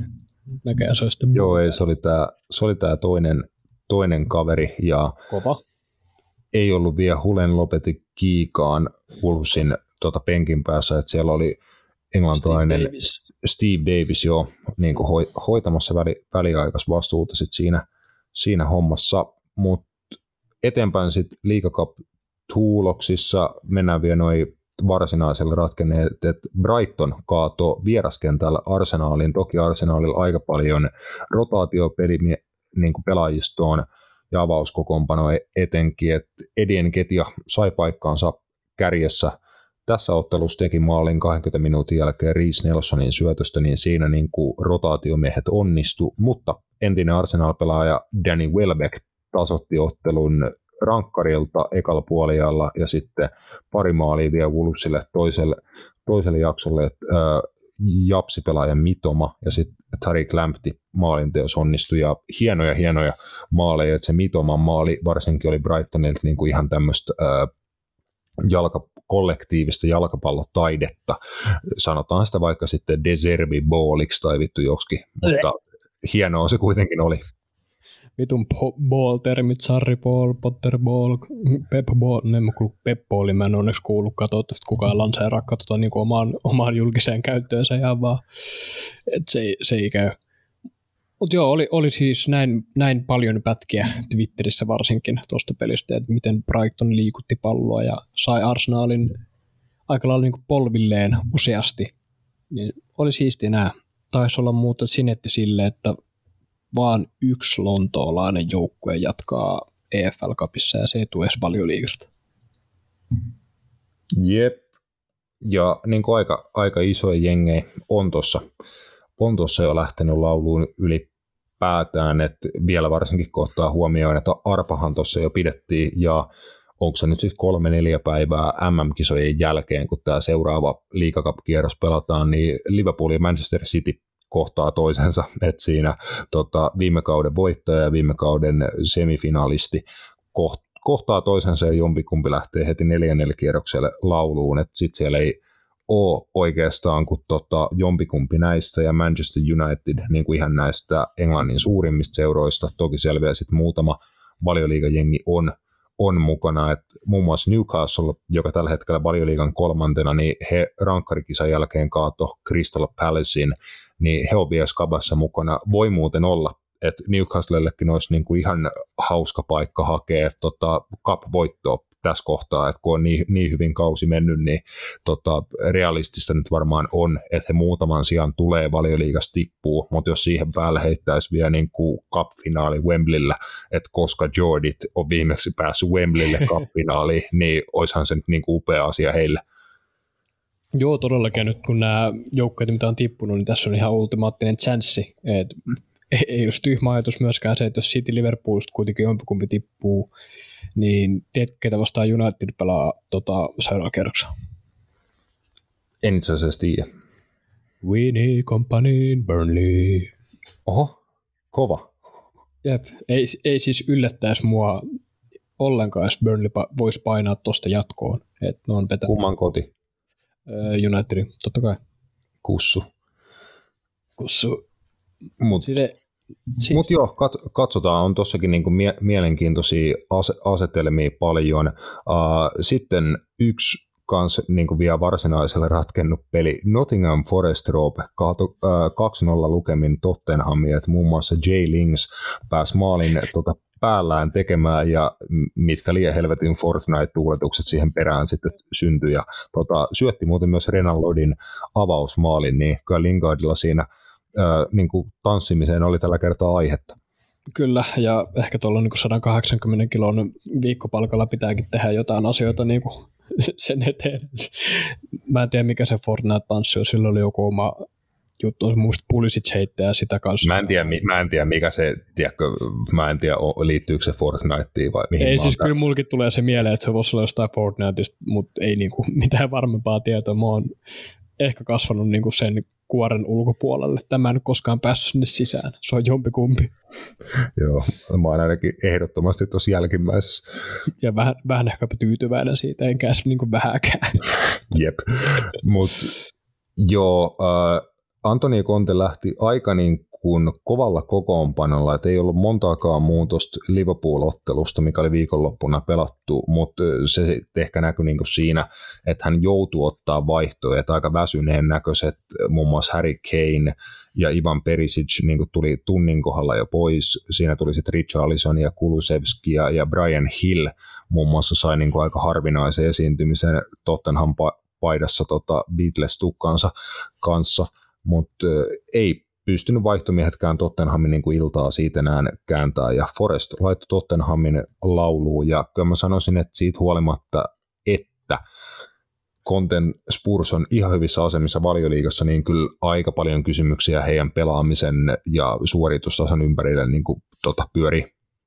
Speaker 1: Joo, ei, se oli tää toinen kaveri. Ja
Speaker 3: kova.
Speaker 1: ei ollut vielä Hulen Lopeti Kiikaan Wolvesin penkin päässä, että siellä oli englantilainen Steve Davis jo niin kuin hoitamassa väliaikaisvastuuta sit siinä hommassa, mutta eteenpäin sitten League Cup-tuuloksissa mennään vielä noin varsinaiselle ratkenneet, että Brighton kaatoi vieraskentällä Arsenaalin. Toki Arsenaalilla aika paljon rotaatiopeli niin kuin pelaajistoon ja avauskokoonpano etenkin, että Eddie Nketiah sai paikkaansa kärjessä. Tässä ottelussa teki maalin 20 minuutin jälkeen Reece Nelsonin syötöstä, niin siinä niin kuin rotaatiomiehet onnistu, mutta entinen Arsenal-pelaaja Danny Welbeck tasoitti ottelun rankkarilta ekalla puoliajalla ja sitten pari maalia vielä Wolvesille toiselle jaksolle, Japsi-pelaajan Mitoma ja sitten Tariq Lamptey maalinteos onnistui ja hienoja maaleja, että se Mitoman maali varsinkin oli Brightonilta niin kuin ihan tämmöistä kollektiivista jalkapallotaidetta. Sanotaan sitä vaikka sitten Deserbi Balliksi tai vittu joksikin, mutta hienoa se kuitenkin oli.
Speaker 3: Vitun ball-termit, Sarri Ball, Potter Ball, Pep Ball, Pep Balli mä en onneksi kuullutkaan, toivottavasti kukaan lanseeraa niin omaan julkiseen käyttöönsä ihan vaan, että se ei käy. Mutta joo, oli siis näin paljon pätkiä Twitterissä varsinkin tuosta pelistä, että miten Brighton liikutti palloa ja sai Arsenalin aika lailla niin kuin polvilleen useasti. Niin oli siistiä nää. Taisi olla muuta sinetti sille, että vaan yksi lontoolainen joukkue jatkaa EFL Cupissa ja se ei tule edes Valioliigasta.
Speaker 1: Jep. Ja niin kuin aika isoja jengejä on tuossa jo lähtenyt lauluun ylipäätään, että vielä varsinkin kohtaa huomioon, että Arpahan tuossa jo pidettiin ja onko se nyt siis 3-4 päivää MM-kisojen jälkeen, kun tämä seuraava League Cup-kierros pelataan, niin Liverpool ja Manchester City kohtaa toisensa, että siinä viime kauden voittaja ja viime kauden semifinalisti kohtaa toisensa ja jompikumpi lähtee heti 4. kierrokselle lauluun, että sitten siellä ei ole oikeastaan kuin jompikumpi näistä ja Manchester United niin kuin ihan näistä Englannin suurimmista seuroista, toki siellä vielä sitten muutama Valioliigajengi on mukana, että muun muassa Newcastle, joka tällä hetkellä Valioliigan 3, niin he rankkarikisan jälkeen kaato Crystal Palacein, niin he on vielä skabassa mukana. Voi muuten olla, että Newcastlellekin olisi niin kuin ihan hauska paikka hakea cup-voittoa tässä kohtaa, että kun on niin hyvin kausi mennyt, niin realistista nyt varmaan on, että he muutaman sijaan tulee Valioliigasta tippuu, mutta jos siihen päälle heittäisi vielä niin kuin cup-finaali Wembleyllä, että koska Jordit on viimeksi päässyt Wembleylle cup-finaaliin, niin olisihan se nyt niin kuin upea asia heille.
Speaker 3: Joo, todellakin nyt kun nämä joukkueet, mitä on tippunut, niin tässä on ihan ultimaattinen chanssi. Ei olisi tyhmä ajatus myöskään se, että jos City Liverpoolista kuitenkin jompikumpi tippuu, niin tiedätkö, ketä vastaan United pelaa seuraavalla kerroksella?
Speaker 1: En itse asiassa tiedä.
Speaker 3: Winnie Company, Burnley.
Speaker 1: Oho, kova.
Speaker 3: Jep, ei siis yllättäisi mua ollenkaan, jos Burnley voisi painaa tuosta jatkoon.
Speaker 1: Kumman koti?
Speaker 3: Unitedin, totta kai.
Speaker 1: Kussu.
Speaker 3: Mutta
Speaker 1: joo, katsotaan, on tuossakin niinku mielenkiintoisia asetelmia paljon. Sitten yksi kans niinku vielä varsinaiselle ratkennut peli. Nottingham Forest Rope kaatoi 2-0 lukemin Tottenhamia, että muun muassa Jay Lings pääsi maalin päällään tekemään ja mitkä liian helvetin Fortnite-tuuletukset siihen perään sitten syntyi. Ja syötti muuten myös Renan Lodin avausmaalin, niin kyllä Lingardilla siinä niin kuin tanssimiseen oli tällä kertaa aihetta.
Speaker 3: Kyllä, ja ehkä tuolla niin 180 kilon viikkopalkalla pitääkin tehdä jotain asioita niin kuin sen eteen. Mä en tiedä, mikä se Fortnite-tanssi on, sillä oli joku oma juttu, on muista Pulisic heittää sitä kanssa.
Speaker 1: Mä en tiedä mikä se, tiedätkö, mä en tiedä liittyykö se Fortniteen vai mihin.
Speaker 3: Ei siis kyllä mulkin tulee se mieleen, että se voisi olla jostain Fortniteista, mutta ei niin kuin mitään varmempaa tietoa. Mä oon ehkä kasvanut niin kuin sen kuoren ulkopuolelle. Tämä en koskaan päässyt sinne sisään. Se on jompikumpi.
Speaker 1: Joo, mä oon ainakin ehdottomasti tuossa jälkimmäisessä.
Speaker 3: Ja vähän ehkä tyytyväinen siitä, enkä edes niin kuin vähäkään.
Speaker 1: Jep, mutta joo, Antonio Conte lähti aika niin kuin kovalla kokoonpanolla, että ei ollut montaakaan muutosta Liverpool-ottelusta, mikä oli viikonloppuna pelattu, mutta se ehkä näkyi niin kuin siinä, että hän joutui ottaa vaihtoja, että aika väsyneen näköiset, muun muassa Harry Kane ja Ivan Perisic niin kuin tuli tunnin kohdalla jo pois. Siinä tuli sitten Richarlison ja Kulusevski ja Brian Hill muun muassa sai niin kuin aika harvinaisen esiintymisen Tottenham paidassa Beatles-tukkansa kanssa, mutta ei pystynyt vaihtomiehetkään Tottenhamin niin kuin iltaa siitä enää kääntää, ja Forest laittoi Tottenhamin lauluun, ja kyllä mä sanoisin, että siitä huolimatta, että Conten Spurs on ihan hyvissä asemissa Valioliigassa, niin kyllä aika paljon kysymyksiä heidän pelaamisen ja suoritustason ympärille niin kuin, pyörii.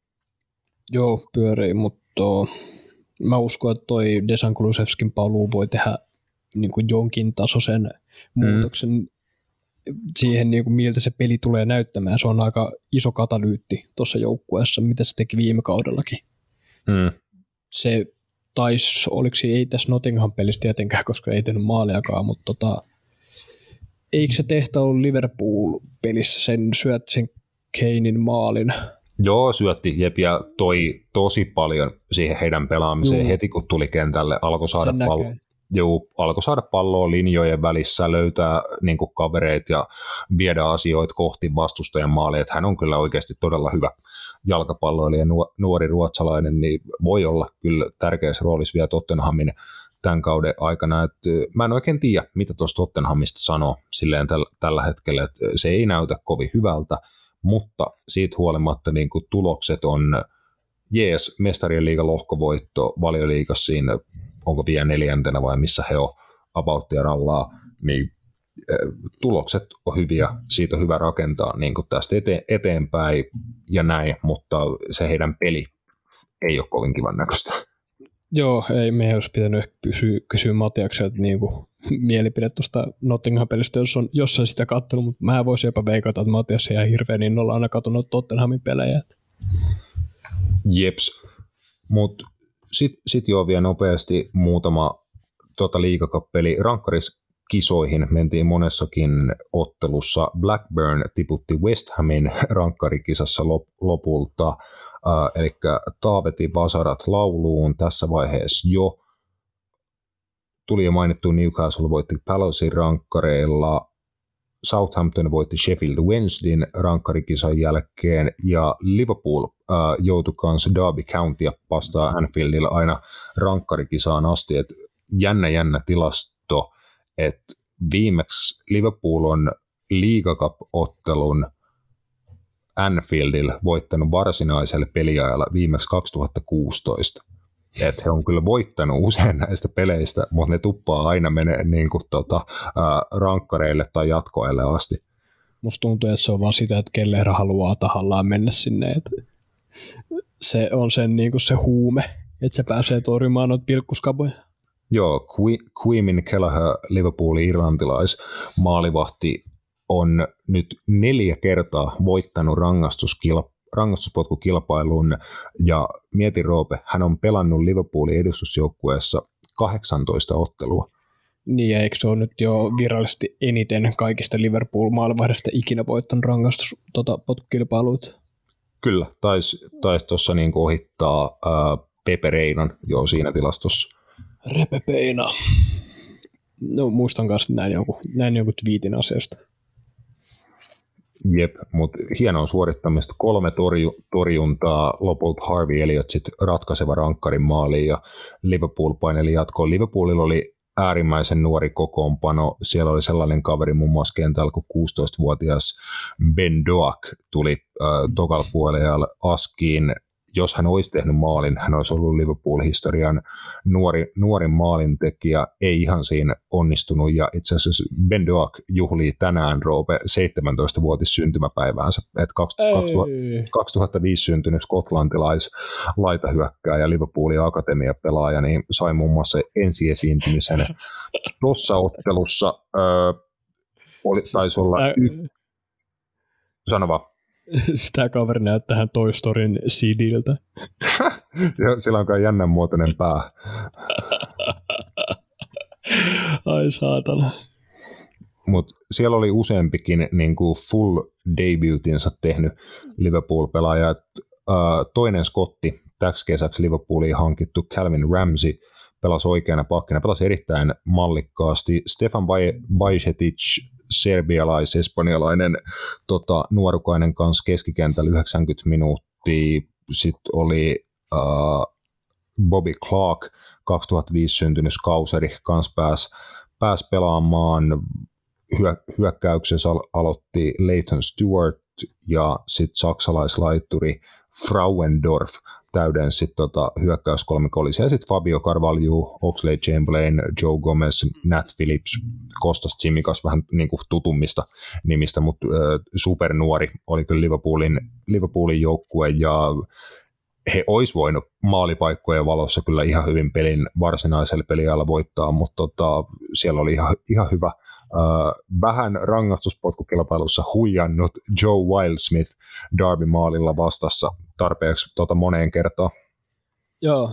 Speaker 3: Joo, pyörii, mutta mä uskon, että toi Dejan Kulusevskin paluu voi tehdä niin kuin jonkin tasoisen muutoksen siihen, niin kuin miltä se peli tulee näyttämään. Se on aika iso katalyytti tuossa joukkueessa, mitä se teki viime kaudellakin. Se taisi, oliko se, ei tässä Nottingham-pelissä tietenkään, koska ei tehnyt maaliakaan, mutta eikö se tehtä ollut Liverpool-pelissä, sen syötti sen Kanein maalin?
Speaker 1: Joo, syötti jep, ja toi tosi paljon siihen heidän pelaamiseen heti, kun tuli kentälle, alkoi saada palloa linjojen välissä, löytää niin kuin kavereita ja viedä asioita kohti vastustajan maalia. Että hän on kyllä oikeasti todella hyvä jalkapalloilija, nuori ruotsalainen, niin voi olla kyllä tärkeässä roolissa vielä Tottenhamin tämän kauden aikana. Että mä en oikein tiedä, mitä tuosta Tottenhamista sanoo silleen tällä hetkellä, että se ei näytä kovin hyvältä, mutta siitä huolimatta niin kuin tulokset on jees, mestarien liigan lohkovoitto Valioliigassa siinä, onko vielä 4. vai missä he on abouttia rallaa, niin tulokset on hyviä, siitä on hyvä rakentaa niin kuin tästä eteenpäin ja näin, mutta se heidän peli ei ole kovin kivan näköistä.
Speaker 3: Joo, ei meidän olisi pitänyt kysyä Matiakselta niin kuin mielipide tuosta Nottingham-pelistä, jos on jossain sitä katsellut, mutta mä voisin jopa veikata, että Matias ei hirveän innolla aina katsonut Tottenhamin pelejä.
Speaker 1: Jeps, mutta sitten joo vielä nopeasti muutama liigakappeli. Rankkariskisoihin mentiin monessakin ottelussa. Blackburn tiputti West Hamin rankkarikisassa lopulta, eli Taavetin vasarat lauluun tässä vaiheessa jo. Tuli jo mainittu Newcastle voitti Palacen rankkareilla, Southampton voitti Sheffield Wednesdayn rankkarikisan jälkeen, ja Liverpool joutui kanssa Derby Countyä vastaan Anfieldilla aina rankkarikisaan asti. Et jännä tilasto, että viimeksi Liverpool on League Cup-ottelun Anfieldilla voittanut varsinaiselle peliajalla viimeksi 2016. Että he on kyllä voittanut usein näistä peleistä, mutta ne tuppaa aina menee niin kuin rankkareille tai jatkoille asti.
Speaker 3: Musta tuntuu, että se on vaan sitä, että Keller haluaa tahallaan mennä sinne. Että se on sen, niin kuin se huume, että se pääsee torjumaan noita pilkkuskaboja.
Speaker 1: Joo, Queemin Kelleher, Liverpoolin irlantilaismaalivahti, on nyt 4 kertaa voittanut rangaistuspotkukilpailun, ja mieti Roope, hän on pelannut Liverpoolin edustusjoukkueessa 18 ottelua.
Speaker 3: Niin, ja eikö se ole nyt jo virallisesti eniten kaikista Liverpool-maalivahdista ikinä voittanut rangaistuspotkukilpailuita?
Speaker 1: Kyllä, taisi tuossa niin ohittaa Pepe Reinan jo siinä tilastossa.
Speaker 3: Repepeina. No muistan kanssa näin jonkun twiitin asiasta.
Speaker 1: Jep, mutta hienoa suorittamista. 3 torjuntaa, lopulta Harvey Elliott sit ratkaiseva rankkarin maaliin, ja Liverpool paineli jatkoon. Liverpoolilla oli äärimmäisen nuori kokoonpano. Siellä oli sellainen kaveri muun muassa kentällä, kun 16-vuotias Ben Doak tuli tokalla puolella askiin. Jos hän olisi tehnyt maalin, hän olisi ollut Liverpool-historian nuorin maalintekijä, ei ihan siinä onnistunut, ja itse asiassa Ben Doak juhlii tänään, Roope, 17-vuotis syntymäpäiväänsä, että 2005 syntynyt skotlantilais-laitahyökkääjä, Liverpoolin akatemiapelaaja, niin sai muun muassa ensiesiintymisen tuossa ottelussa, taisi olla sano vaan.
Speaker 3: Sitä kaveri näyttää hän Toy Storyn CDltä.
Speaker 1: Sillä on kai jännän muotoinen pää.
Speaker 3: Ai saatana.
Speaker 1: Mutta siellä oli useampikin niin kuin full debutinsa tehnyt Liverpool-pelaaja. Toinen skotti täksi kesäksi Liverpooliin hankittu Calvin Ramsey pelasi oikeana pakkina, pelasi erittäin mallikkaasti. Stefan Bajcetic, serbialais-espanjalainen nuorukainen kanssa keskikentällä 90 minuuttia. Sitten oli Bobby Clark, 2005 syntynyt skauseri, kanssa pääsi pelaamaan. Hyökkäyksessä aloitti Leighton Stewart ja sitten saksalaislaitturi Frauendorf täydensi hyökkäyskolmikko oli siellä sitten Fabio Carvalho, Oxlade Chamberlain, Joe Gomez, Nat Phillips, Kostas Tsimikas, vähän niin kuin tutummista nimistä, mutta supernuori oli kyllä Liverpoolin joukkue ja he olisi voinut maalipaikkojen valossa kyllä ihan hyvin pelin varsinaisella peliajalla voittaa, mutta siellä oli ihan hyvä. Vähän rangaistuspotkukilpailussa huijannut Joe Wildsmith Derby-maalilla vastassa tarpeeksi moneen kertaan.
Speaker 3: Joo,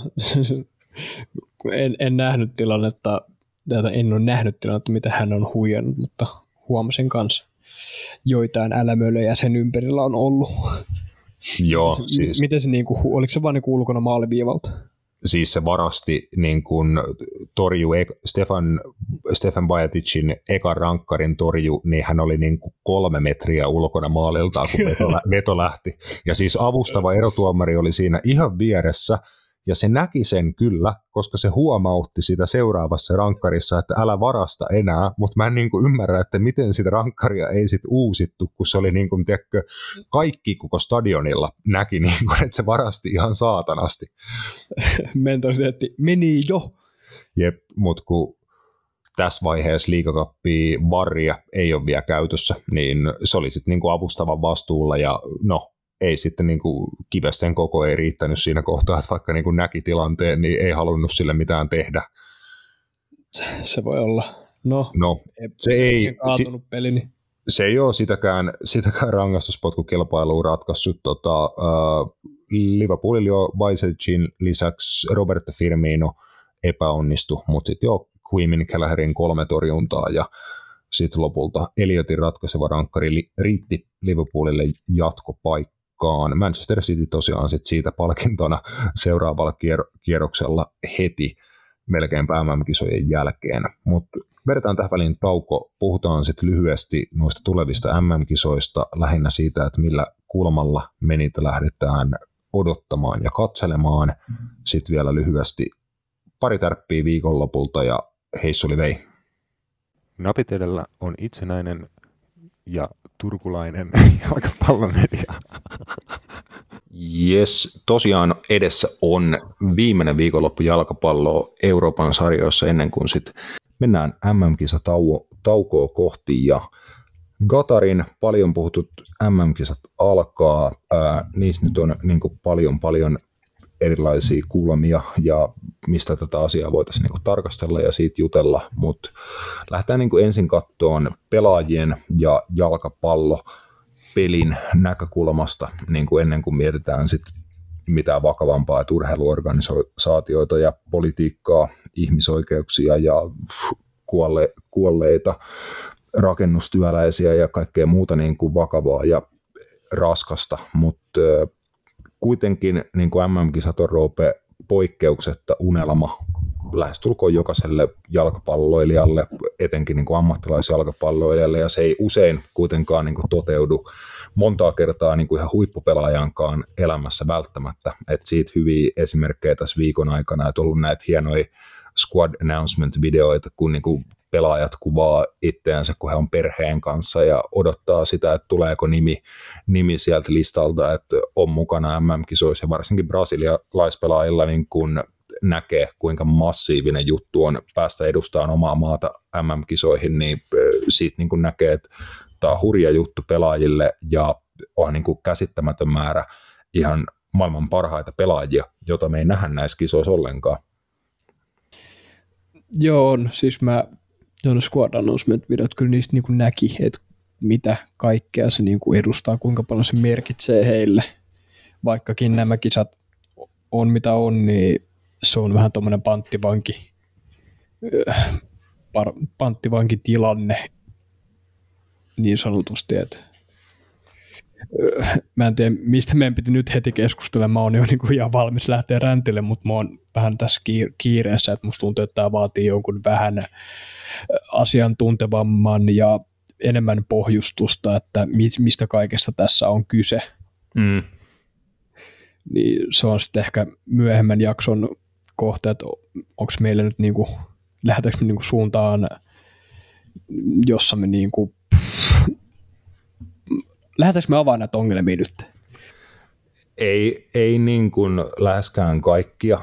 Speaker 3: en nähnyt tilannetta, en ole nähnyt tilannetta, mitä hän on huijannut, mutta huomasin kanssa joitain älämölöjä sen ympärillä on ollut.
Speaker 1: Joo,
Speaker 3: miten se oliko se vaan ulkona maaliviivalta?
Speaker 1: Siis se varasti torjui Stefan Bajceticin ekan rankkarin torju, niin hän oli 3 metriä ulkona maaliltaan, kun veto lähti. Ja siis avustava erotuomari oli siinä ihan vieressä, ja se näki sen kyllä, koska se huomautti sitä seuraavassa rankkarissa, että älä varasta enää, mutta mä en ymmärrä, että miten sitä rankkaria ei sit uusittu, kun se oli kaikki koko stadionilla näki, että se varasti ihan saatanasti.
Speaker 3: Mentaliteetti meni jo.
Speaker 1: Jep, mutta kun tässä vaiheessa liigakappia VARia ei ole vielä käytössä, niin se oli sitten avustavan vastuulla ja ei sitten kivesten koko ei riittänyt siinä kohtaa, että vaikka näki tilanteen, niin ei halunnut sille mitään tehdä.
Speaker 3: Se voi olla.
Speaker 1: Se ei
Speaker 3: kaatunut peli, niin.
Speaker 1: Se ei ole sitäkään rangaistuspotkukilpailua ratkaissut. Liverpoolilla jo Bajceticin lisäksi Roberto Firmino epäonnistui, mutta sitten jo Quimmin Kelleherin 3 torjuntaa ja sitten lopulta Elliotin ratkaiseva rankkari riitti Liverpoolille jatkopaikkaan. Manchester City tosiaan sit siitä palkintona seuraavalla kierroksella heti melkein MM-kisojen jälkeen. Mutta vedetään tähän väliin tauko. Puhutaan sitten lyhyesti noista tulevista MM-kisoista, lähinnä siitä, että millä kulmalla me niitä lähdetään odottamaan ja katselemaan. Sitten vielä lyhyesti pari tärppiä viikonlopulta ja heissuli vei.
Speaker 4: Napit edellä on itsenäinen ja turkulainen jalkapallomedia.
Speaker 1: Jes, tosiaan edessä on viimeinen viikonloppu jalkapalloa Euroopan sarjoissa ennen kuin sitten mennään MM-kisataukoa kohti ja Qatarin paljon puhutut MM-kisat alkaa. Niissä nyt on paljon erilaisia kulmia ja mistä tätä asiaa voitaisiin tarkastella ja siitä jutella, mutta lähdetään ensin katsomaan pelaajien ja jalkapallopelin näkökulmasta ennen kuin mietitään sit mitään vakavampaa, että urheiluorganisaatioita ja politiikkaa, ihmisoikeuksia ja kuolleita rakennustyöläisiä ja kaikkea muuta vakavaa ja raskasta, mutta kuitenkin MM-kisat on Roope poikkeuksetta unelma lähestulkoon jokaiselle jalkapalloilijalle, etenkin ammattilaisjalkapalloilijalle, ja se ei usein kuitenkaan toteudu montaa kertaa ihan huippupelaajankaan elämässä välttämättä. Et siitä hyviä esimerkkejä tässä viikon aikana, että on ollut näitä hienoja squad announcement-videoita, kun pelaajat kuvaa itseänsä, kun he on perheen kanssa ja odottaa sitä, että tuleeko nimi sieltä listalta, että on mukana MM-kisoissa ja varsinkin brasilialaispelaajilla kun näkee, kuinka massiivinen juttu on päästä edustamaan omaa maata MM-kisoihin, niin siitä näkee, että tämä on hurja juttu pelaajille ja on käsittämätön määrä ihan maailman parhaita pelaajia, jota me ei nähdä näissä kisoissa ollenkaan.
Speaker 3: Joo, on. Siis squad announcement-videot kyllä niistä näki, että mitä kaikkea se edustaa, kuinka paljon se merkitsee heille. Vaikkakin nämä kisat on mitä on, niin se on vähän tuommoinen panttivankitilanne niin sanotusti, että mä en tiedä, mistä meidän piti nyt heti keskustella. Mä oon jo niin kuin ihan valmis lähteä räntille, mutta mä oon vähän tässä kiireessä, että musta tuntuu, että tämä vaatii jonkun vähän asiantuntevamman ja enemmän pohjustusta, että mistä kaikesta tässä on kyse. Niin se on sitten ehkä myöhemmän jakson kohta, että onko meillä nyt niinku, lähdetäänkö me niinku suuntaan, jossa me niinku, lähdetäänkö me avaamaan näitä ongelmia nyt?
Speaker 1: Ei niin kuin läheskään kaikkia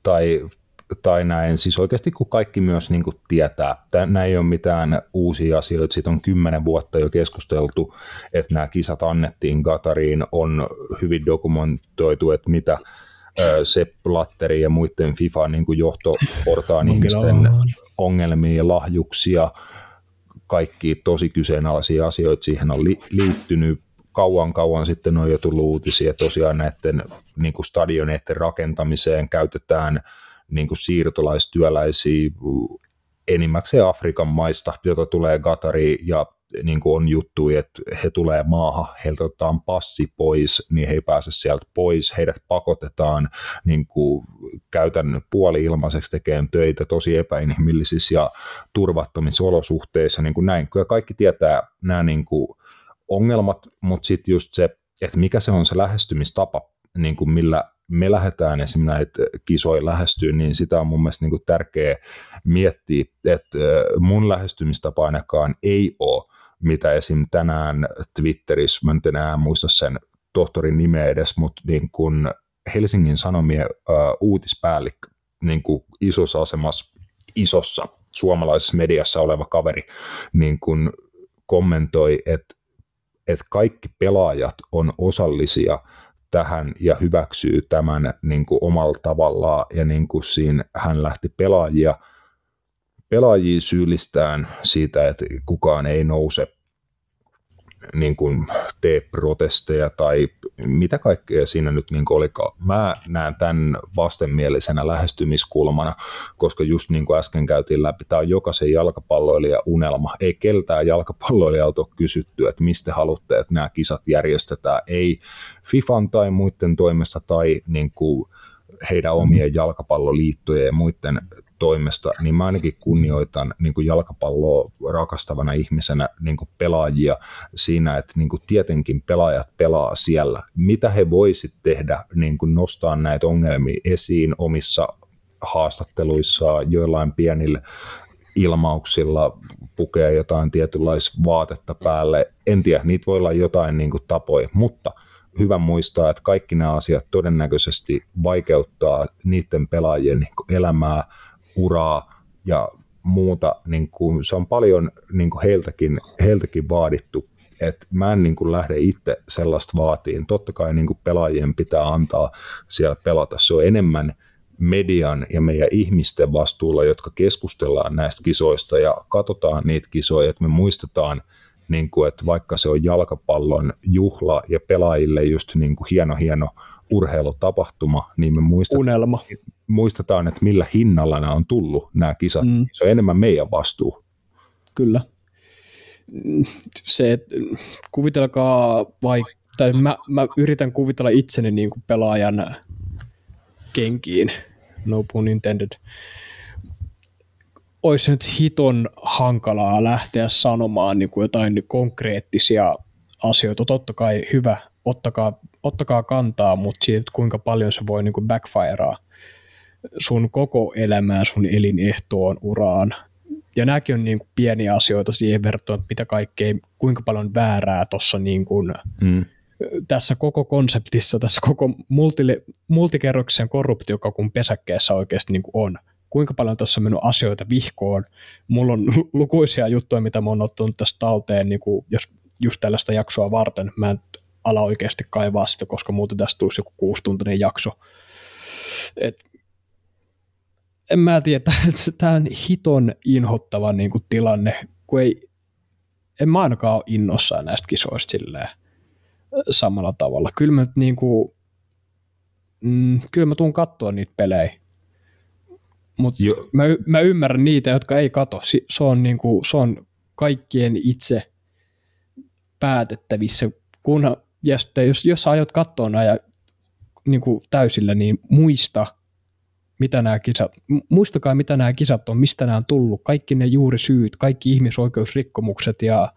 Speaker 1: tai näin. Siis oikeasti kun kaikki myös niin kuin tietää, nämä ei ole mitään uusia asioita, siitä on 10 vuotta jo keskusteltu, että nämä kisat annettiin Qatariin, on hyvin dokumentoitu, että mitä Sepp Blatterin ja muiden FIFA niin kuin johtoportaan ihmisten ongelmia ja lahjuksia, kaikki tosi kyseenalaisia asioita siihen on liittynyt. Kauan sitten on jo tullut uutisia, tosiaan näiden niin kuin stadioneiden rakentamiseen käytetään niin kuin siirtolaistyöläisiä enimmäkseen Afrikan maista, jota tulee Qatariin, ja niin kuin on juttuja, että he tulee maahan, heiltä otetaan passi pois, niin he ei pääse sieltä pois, heidät pakotetaan niin kuin käytän puoli-ilmaiseksi tekemään töitä tosi epäinhimillisissä ja turvattomissa olosuhteissa, niin kuin näin. Kyllä kaikki tietää nämä niin kuin ongelmat, mutta sitten just se, että mikä se on se lähestymistapa, niin kuin millä me lähdetään esimerkiksi näitä kisoja lähestyä, niin sitä on mun mielestä niin kuin tärkeää miettiä, että mun lähestymistapa ainakaan ei ole, mitä esim. Tänään Twitterissä, mä nyt enää muista sen tohtorin nimeä edes, mutta niin kuin Helsingin Sanomien uutispäällikkö, niin kuin isossa asemassa, isossa suomalaisessa mediassa oleva kaveri, niin kuin kommentoi, että kaikki pelaajat on osallisia tähän ja hyväksyy tämän niin kuin omalla tavallaan, ja niin kuin siinä hän lähti pelaajia syyllistään siitä, että kukaan ei nouse, niin kuin tee protesteja tai mitä kaikkea siinä nyt niin kuin olikaan. Mä näen tämän vastenmielisenä lähestymiskulmana, koska just niin kuin äsken käytiin läpi, tämä on jokaisen jalkapalloilijan unelma. Ei keltään jalkapalloilijalta ole kysytty, että mistä haluatte, että nämä kisat järjestetään. Ei FIFAn tai muiden toimesta tai niin kuin heidän omien jalkapalloliittojen ja muiden toimesta, niin mä ainakin kunnioitan niin kuin jalkapalloa rakastavana ihmisenä niin kuin pelaajia siinä, että niin kuin tietenkin pelaajat pelaa siellä. Mitä he voisivat tehdä, niin kuin nostaa näitä ongelmia esiin omissa haastatteluissaan, joillain pienillä ilmauksilla, pukea jotain tietynlaista vaatetta päälle. En tiedä, niitä voi olla jotain niin kuin tapoja, mutta hyvä muistaa, että kaikki nämä asiat todennäköisesti vaikeuttaa niiden pelaajien niin kuin elämää, uraa ja muuta. Niin kuin, se on paljon niin kuin heiltäkin vaadittu. Et mä en niin kuin lähde itse sellaista vaatiin. Totta kai niin kuin pelaajien pitää antaa siellä pelata. Se on enemmän median ja meidän ihmisten vastuulla, jotka keskustellaan näistä kisoista ja katsotaan niitä kisoja, että me muistetaan, niin kuin, että vaikka se on jalkapallon juhla ja pelaajille just niin kuin hieno urheilutapahtuma, niin me muistetaan, että millä hinnalla nämä on tullut, nämä kisat. Se on enemmän meidän vastuu.
Speaker 3: Kyllä. Se, että kuvitelkaa, tai mä yritän kuvitella itseni niin kuin pelaajan kenkiin, no pun intended. Olisi nyt hiton hankalaa lähteä sanomaan niin kuin jotain konkreettisia asioita. Totta kai hyvä, ottakaa kantaa, mutta siitä, kuinka paljon se voi niin kuin backfirea sun koko elämään, sun elinehtoon, uraan. Ja nämäkin on niin kuin pieniä asioita siihen verrattuna, että mitä kaikkea, kuinka paljon väärää tuossa niin kuin, tässä koko konseptissa, tässä koko multikerroksen korruptio, joka kun pesäkkeessä oikeasti niin kuin on. Kuinka paljon tuossa on mennyt asioita vihkoon. Mulla on lukuisia juttuja, mitä mä oon ottanut tästä talteen, niin kuin jos just tällaista jaksoa varten. Mä en ala oikeasti kaivaa sitä, koska muuten tästä tulisi joku 6-tuntinen jakso. En mä tiedä, että tämä on hiton inhottava niin kuin tilanne, kun en mä ainakaan ole innossaan näistä kisoista silleen samalla tavalla. Kyllä mä, niin kuin, kyllä mä tuun katsoa niitä pelejä. Mutta mä ymmärrän niitä, jotka ei kato. Se on kaikkien itse päätettävissä, kunhan, jos sä aiot katsoa nämä niin kuin täysillä, niin muistakaa mitä nämä kisat on, mistä nämä on tullut, kaikki ne juurisyyt, kaikki ihmisoikeusrikkomukset ja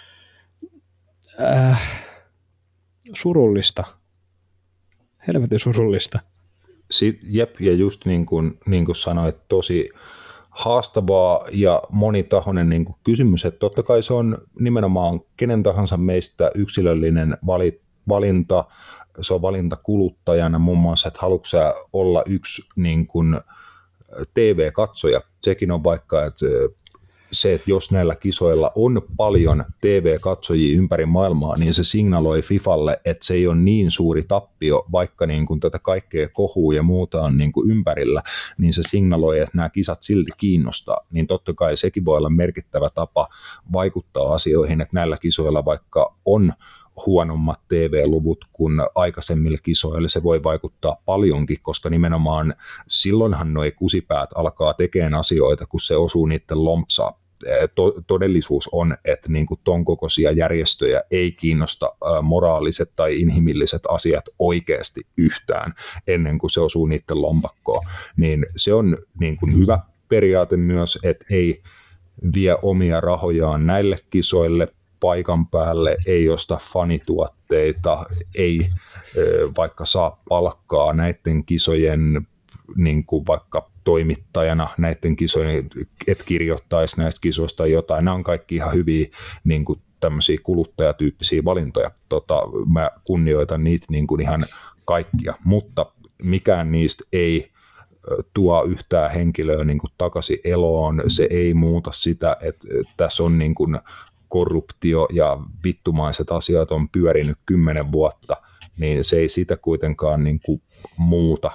Speaker 3: surullista, helvetin surullista.
Speaker 1: Jep, ja just niin kuin sanoit, tosi haastavaa ja monitahoinen niin kuin kysymys, että totta kai se on nimenomaan kenen tahansa meistä yksilöllinen valinta, se on valinta kuluttajana muun muassa, että haluatko sä olla yksi niin kuin TV-katsoja, sekin on vaikka, että se, että jos näillä kisoilla on paljon TV-katsojia ympäri maailmaa, niin se signaloi FIFalle, että se ei ole niin suuri tappio, vaikka niin kuin tätä kaikkea kohua ja muuta on niin kuin ympärillä, niin se signaloi, että nämä kisat silti kiinnostaa. Niin totta kai sekin voi olla merkittävä tapa vaikuttaa asioihin, että näillä kisoilla vaikka on huonommat TV-luvut kuin aikaisemmilla kisoilla, se voi vaikuttaa paljonkin, koska nimenomaan silloinhan nuo kusipäät alkaa tekemään asioita, kun se osuu niiden lompsaa. Todellisuus on, että niin kuin ton kokoisia järjestöjä ei kiinnosta moraaliset tai inhimilliset asiat oikeasti yhtään ennen kuin se osuu niiden lompakkoon. Niin se on niin kuin hyvä periaate myös, että ei vie omia rahojaan näille kisoille paikan päälle, ei osta fanituotteita, ei vaikka saa palkkaa näiden kisojen niin kuin vaikka toimittajana näiden kisojen, että kirjoittaisi näistä kisoista jotain. Nämä on kaikki ihan hyviä niin kuin tämmöisiä kuluttajatyyppisiä valintoja. Mä kunnioitan niitä niin kuin ihan kaikkia, mutta mikään niistä ei tuo yhtään henkilöä niin kuin takaisin eloon. Se ei muuta sitä, että tässä on niin kuin korruptio ja vittumaiset asiat on pyörinyt 10 vuotta, niin se ei sitä kuitenkaan niin kuin muuta.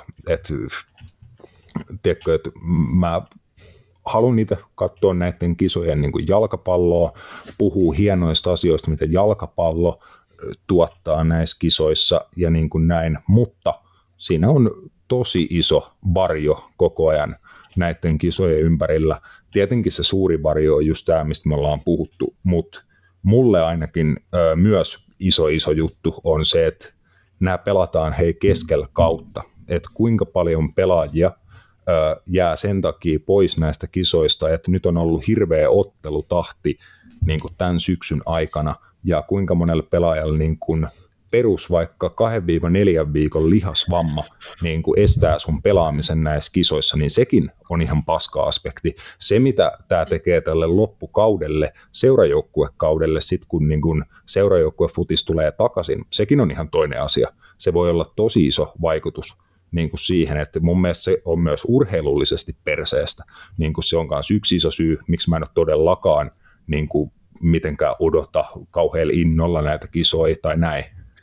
Speaker 1: Tiedätkö, että mä haluan itse katsoa näiden kisojen niin kuin jalkapalloa, puhuu hienoista asioista, mitä jalkapallo tuottaa näissä kisoissa ja niin kuin näin, mutta siinä on tosi iso varjo koko ajan näiden kisojen ympärillä. Tietenkin se suuri varjo on just tämä, mistä me ollaan puhuttu, mutta mulle ainakin myös iso juttu on se, että nämä pelataan keskellä kautta, että kuinka paljon pelaajia jää sen takia pois näistä kisoista, että nyt on ollut hirveä ottelutahti niin kuin tämän syksyn aikana, ja kuinka monelle pelaajalle niin kuin perus vaikka 2-4 viikon lihasvamma niin kuin estää sun pelaamisen näissä kisoissa, niin sekin on ihan paska-aspekti. Se, mitä tämä tekee tälle loppukaudelle, seurajoukkuekaudelle, sit kun niin kuin seurajoukkuefutis tulee takaisin, sekin on ihan toinen asia. Se voi olla tosi iso vaikutus niin kuin siihen, että mun mielestä se on myös urheilullisesti perseestä. Niin kuin se on myös yksi iso syy, miksi mä en ole todellakaan niin kuin mitenkään odota kauhealla innolla näitä kisoja tai näin.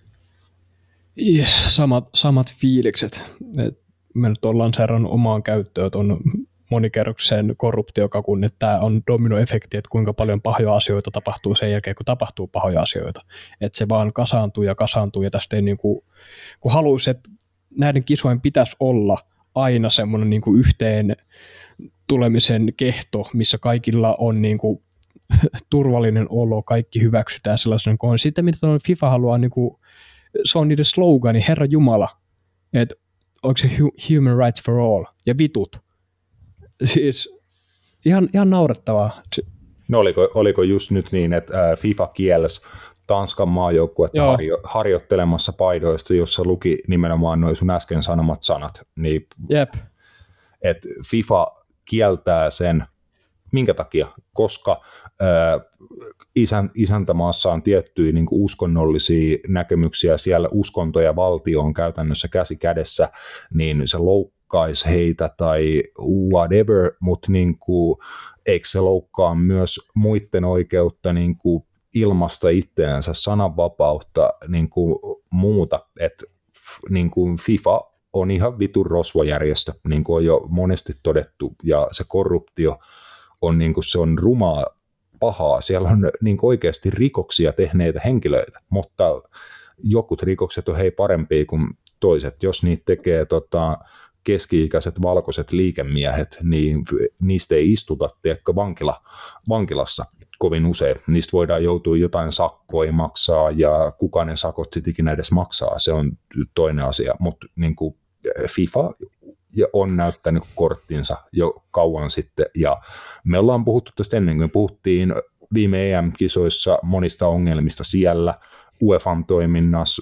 Speaker 3: Samat fiilikset. Me nyt ollaan lanseerannut omaan käyttöön tuon monikerroksen korruptiokakun, että tämä on dominoefekti, että kuinka paljon pahoja asioita tapahtuu sen jälkeen, kun tapahtuu pahoja asioita. Että se vaan kasaantuu ja tästä ei niin kuin, kun haluaisi, että näiden kisojen pitäisi olla aina semmoinen niin kuin yhteen tulemisen kehto, missä kaikilla on niin kuin turvallinen olo, kaikki hyväksytään sellaisen kuin on. Sitten mitä FIFA haluaa, niin kuin, se on niiden slogani, Herra Jumala, että onko se human rights for all, ja vitut. Siis ihan naurettavaa.
Speaker 1: No oliko just nyt niin, että FIFA kielsi Tanskan maajoukkuetta harjoittelemassa paidoista, jossa luki nimenomaan nuo sun äsken sanomat sanat. Niin,
Speaker 3: jep.
Speaker 1: että FIFA kieltää sen. Minkä takia? Koska isäntämaassa on tiettyjä niin kuin uskonnollisia näkemyksiä, siellä uskonto ja valtio on käytännössä käsi kädessä, niin se loukkaisi heitä tai whatever, mutta niin kuin, eikö se loukkaa myös muiden oikeutta niin kuin ilmaista itseänsä, sananvapautta, niin kuin muuta, että niin kuin FIFA on ihan vitun rosvojärjestö, niin kuin on jo monesti todettu, ja se korruptio on, niin kuin se on rumaa pahaa, siellä on niin kuin oikeasti rikoksia tehneitä henkilöitä, mutta jokut rikokset on parempia kuin toiset, jos niitä tekee keski-ikäiset valkoiset liikemiehet, niin niistä ei istuta, tiedätkö, vankilassa kovin usein. Niistä voidaan joutua jotain sakkoja maksaa, ja kuka ne sakot sitten ikinä edes maksaa, se on toinen asia. Mutta niin kuin FIFA on näyttänyt korttinsa jo kauan sitten, ja me ollaan puhuttu tästä ennen kuin me puhuttiin viime EM-kisoissa monista ongelmista siellä, UEFAn toiminnassa,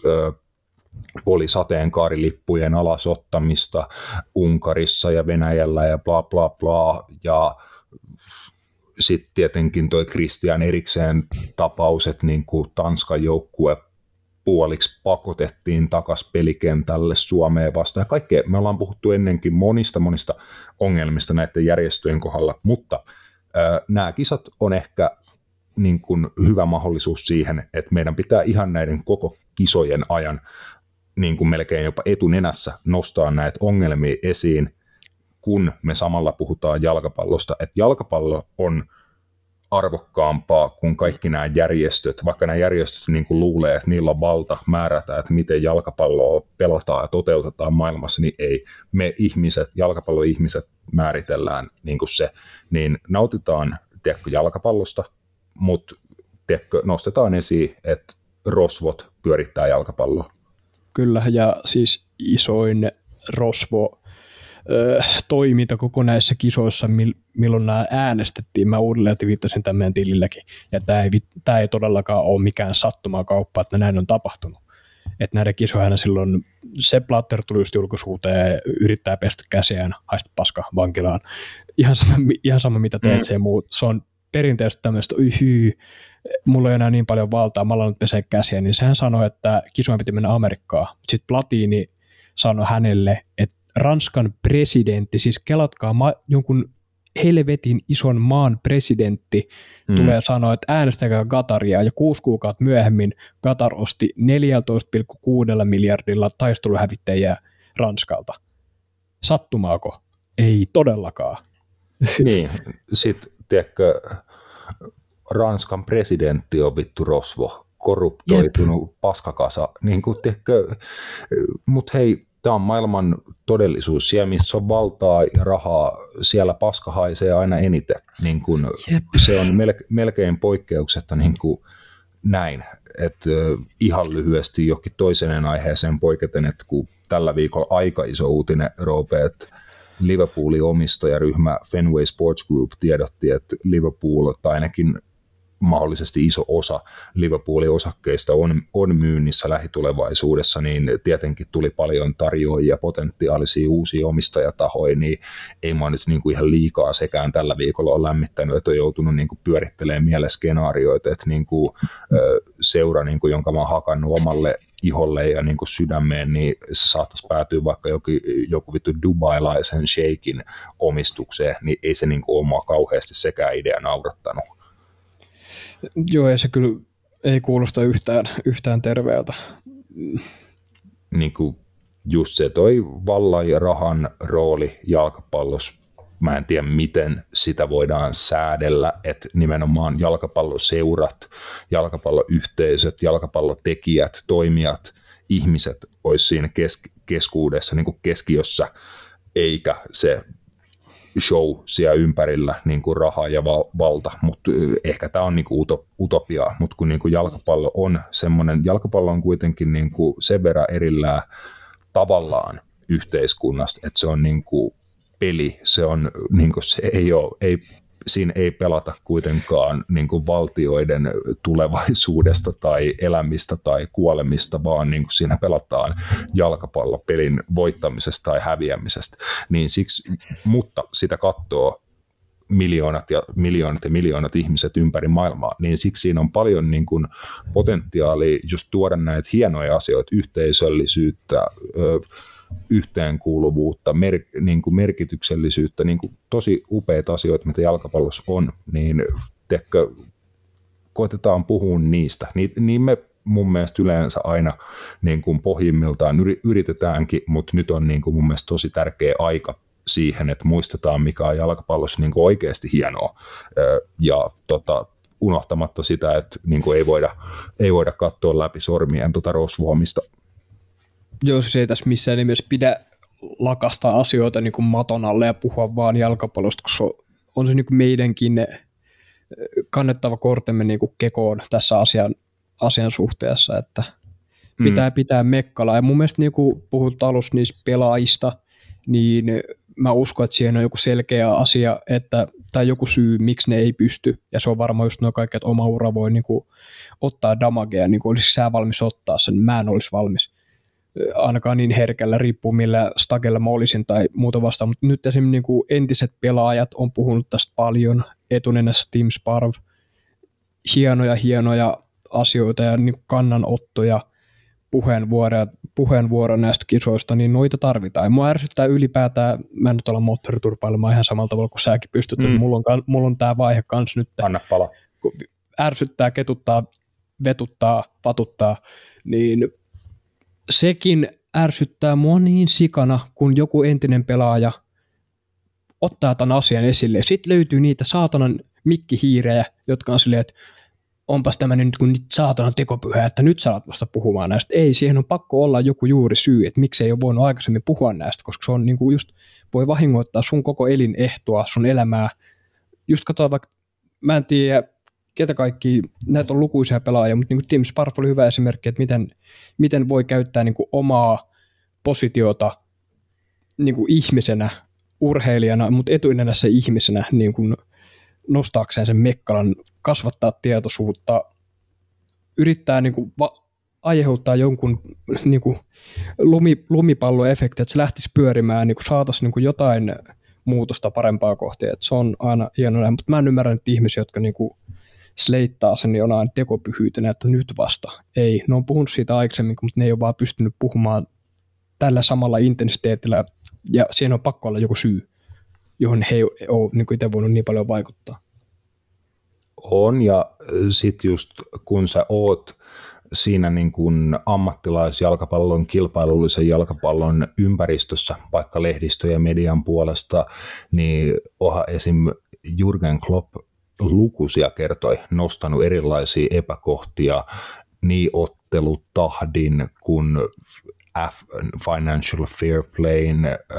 Speaker 1: oli sateenkaarilippujen alasottamista Unkarissa ja Venäjällä ja bla bla bla, ja sitten tietenkin toi Christian Eriksen tapaus, että niin kuin Tanskan joukkue puoliksi pakotettiin takaisin pelikentälle Suomeen vastaan. Ja kaikkea, me ollaan puhuttu ennenkin monista ongelmista näiden järjestöjen kohdalla, mutta nämä kisat on ehkä niin kuin hyvä mahdollisuus siihen, että meidän pitää ihan näiden koko kisojen ajan niin kuin melkein jopa etunenässä nostaa näitä ongelmia esiin, kun me samalla puhutaan jalkapallosta, että jalkapallo on arvokkaampaa kuin kaikki nämä järjestöt, vaikka nämä järjestöt niin kuin luulee, että niillä on valta määrätä, että miten jalkapalloa pelataan ja toteutetaan maailmassa, niin ei. Me ihmiset, jalkapalloihmiset määritellään niin kuin se, niin nautitaan jalkapallosta, mutta nostetaan esiin, että rosvot pyörittää jalkapalloa.
Speaker 3: Kyllä, ja siis isoin rosvo toiminta koko näissä kisoissa, milloin nämä äänestettiin. Mä uudelleen viittasin tämän meidän tililläkin. Ja tämä ei todellakaan ole mikään sattumakauppa, että näin on tapahtunut. Että näiden kisoina silloin se Blatter tuli just julkisuuteen, yrittää pestä käsiään, haista paska vankilaan. Ihan sama mitä teet se muut. Se on perinteisesti tämmöistä, mulla ei enää niin paljon valtaa, mä alan nyt pesee käsiä, niin sehän sanoi, että kisojen piti mennä Amerikkaan. Sitten Platini sanoi hänelle, että Ranskan presidentti, siis kelatkaa jonkun helvetin ison maan presidentti tulee sanoa, että äänestäkää Qataria, ja 6 kuukautta myöhemmin Qatar osti 14,6 miljardilla taisteluhävittäjiä Ranskalta. Sattumaako? Ei todellakaan.
Speaker 1: Niin, sitten tiedätkö, Ranskan presidentti on vittu rosvo, korruptoitunut paskakasa, niin kuin tiedätkö, mutta hei, tämä on maailman todellisuus. Siellä, missä on valtaa ja rahaa, siellä paska haisee aina eniten. Niin kun se on melkein poikkeuksetta niin kuin näin. Ihan lyhyesti jokin toiseen aiheeseen poiketen, että kun tällä viikolla aika iso uutinen, Roope, että Liverpoolin omistajaryhmä Fenway Sports Group tiedotti, että Liverpool, tai ainakin mahdollisesti iso osa Liverpoolin osakkeista on myynnissä lähitulevaisuudessa, niin tietenkin tuli paljon tarjoajia, potentiaalisia uusia omistajatahoja, niin ei mä nyt niin kuin ihan liikaa sekään tällä viikolla ole lämmittänyt, että on joutunut niin kuin pyörittelemään mieleskenaarioita, että niin kuin seura, niin kuin, jonka mä oon hakannut omalle iholle ja niin kuin sydämeen, niin se saattaisi päätyä vaikka joku vittu dubailaisen sheikin omistukseen, niin ei se niin kuin ole mua kauheasti sekään idea naurattanut.
Speaker 3: Joo, ja se kyllä ei kuulosta yhtään terveeltä.
Speaker 1: Niin kuin just se toi vallan ja rahan rooli jalkapallossa, mä en tiedä miten sitä voidaan säädellä, että nimenomaan jalkapalloseurat, jalkapalloyhteisöt, jalkapallotekijät, toimijat, ihmiset olisi siinä keskuudessa niin kuin keskiössä, eikä se show siellä ympärillä, niin kuin raha ja valta, mutta ehkä tämä on niin kuin utopiaa, mutta kun niin kuin jalkapallo on semmoinen, jalkapallo on kuitenkin niin kuin sen verran erillään tavallaan yhteiskunnasta, että se on niin kuin peli, se on niin kuin se siinä ei pelata kuitenkaan niin kuin valtioiden tulevaisuudesta tai elämistä tai kuolemista, vaan niin kuin siinä pelataan jalkapallopelin voittamisesta tai häviämisestä. Niin siksi, mutta sitä katsoo miljoonat ja miljoonat ihmiset ympäri maailmaa, niin siksi siinä on paljon niin kuin potentiaalia just tuoda näitä hienoja asioita, yhteisöllisyyttä, yhteenkuuluvuutta, niin kuin merkityksellisyyttä, niin kuin tosi upeita asioita, mitä jalkapallossa on, niin koitetaan puhua niistä. Niin me mun mielestä yleensä aina niin kuin pohjimmiltaan yritetäänkin, mutta nyt on niin kuin mun mielestä tosi tärkeä aika siihen, että muistetaan, mikä on jalkapallossa niin kuin oikeasti hienoa, ja unohtamatta sitä, että niin kuin ei voida katsoa läpi sormien rosvoamista.
Speaker 3: Joo, siis ei tässä missään nimessä pidä lakastaa asioita niin kuin maton alle ja puhua vaan jalkapallosta, koska on se niin kuin meidänkin kannettava kortemme niin kuin kekoon tässä asian suhteessa, että pitää mekkala. Ja mun mielestä niin kuin puhut alussa niistä pelaajista, niin mä uskon, että siihen on joku selkeä asia, tai joku syy, miksi ne ei pysty, ja se on varmaan just noin kaikki, että oma ura voi niin kuin ottaa damagea, niin kuin olisi sä valmis ottaa sen, mä en olisi valmis. Ainakaan niin herkällä, riippuu millä stagella mä olisin tai muuta vastaan, mutta nyt esimerkiksi niin kuin entiset pelaajat on puhunut tästä paljon, etunenässä Tim Sparv, hienoja asioita ja niin kuin kannanottoja, puheenvuoro näistä kisoista, niin noita tarvitaan. Ja mua ärsyttää ylipäätään, mä en nyt olla moottoriturpailemaan ihan samalla tavalla kuin säkin pystyt, mulla on tää vaihe kans nyt.
Speaker 1: Anna pala.
Speaker 3: Kun ärsyttää, ketuttaa, vetuttaa, patuttaa, niin sekin ärsyttää mua niin sikana, kun joku entinen pelaaja ottaa tämän asian esille. Sitten löytyy niitä saatanan mikkihiirejä, jotka on silleen, että onpas tämmöinen nyt kun saatanan tekopyhä, että nyt sä alat vasta puhumaan näistä. Ei, siihen on pakko olla joku juuri syy, että miksei ole voinut aikaisemmin puhua näistä, koska se on niin kuin just, voi vahingoittaa sun koko elinehtoa, sun elämää. Just katsotaan vaikka, mä en tiedä, ketä kaikki, näitä on lukuisia pelaajia, mutta niin kuin Tim Sparv oli hyvä esimerkki, että miten voi käyttää niin kuin omaa positiota niin kuin ihmisenä, urheilijana, mutta etuinenässä ihmisenä niin kuin nostaakseen sen mekkalan, kasvattaa tietoisuutta, yrittää niin kuin aiheuttaa jonkun niin kuin lumipalloefekti, että se lähtisi pyörimään, niin kuin saataisiin niin kuin jotain muutosta parempaa kohti. Että se on aina hienoa, mutta mä en ymmärrä niitä ihmisiä, jotka niin kuin sleittaa sen jonain tekopyhyytenä, että nyt vasta. Ei, ne on puhunut siitä aikaisemmin, mutta ne ei ole vaan pystynyt puhumaan tällä samalla intensiteetillä, ja siihen on pakko olla joku syy, johon he ei ole niin itse voinut niin paljon vaikuttaa.
Speaker 1: On, ja sitten just kun sä oot siinä niin kuin ammattilaisjalkapallon, kilpailullisen jalkapallon ympäristössä, vaikka lehdistö ja median puolesta, niin onhan esim. Jürgen Klopp lukuisia kertoi nostanut erilaisia epäkohtia niin ottelutahdin kuin financial fair playn,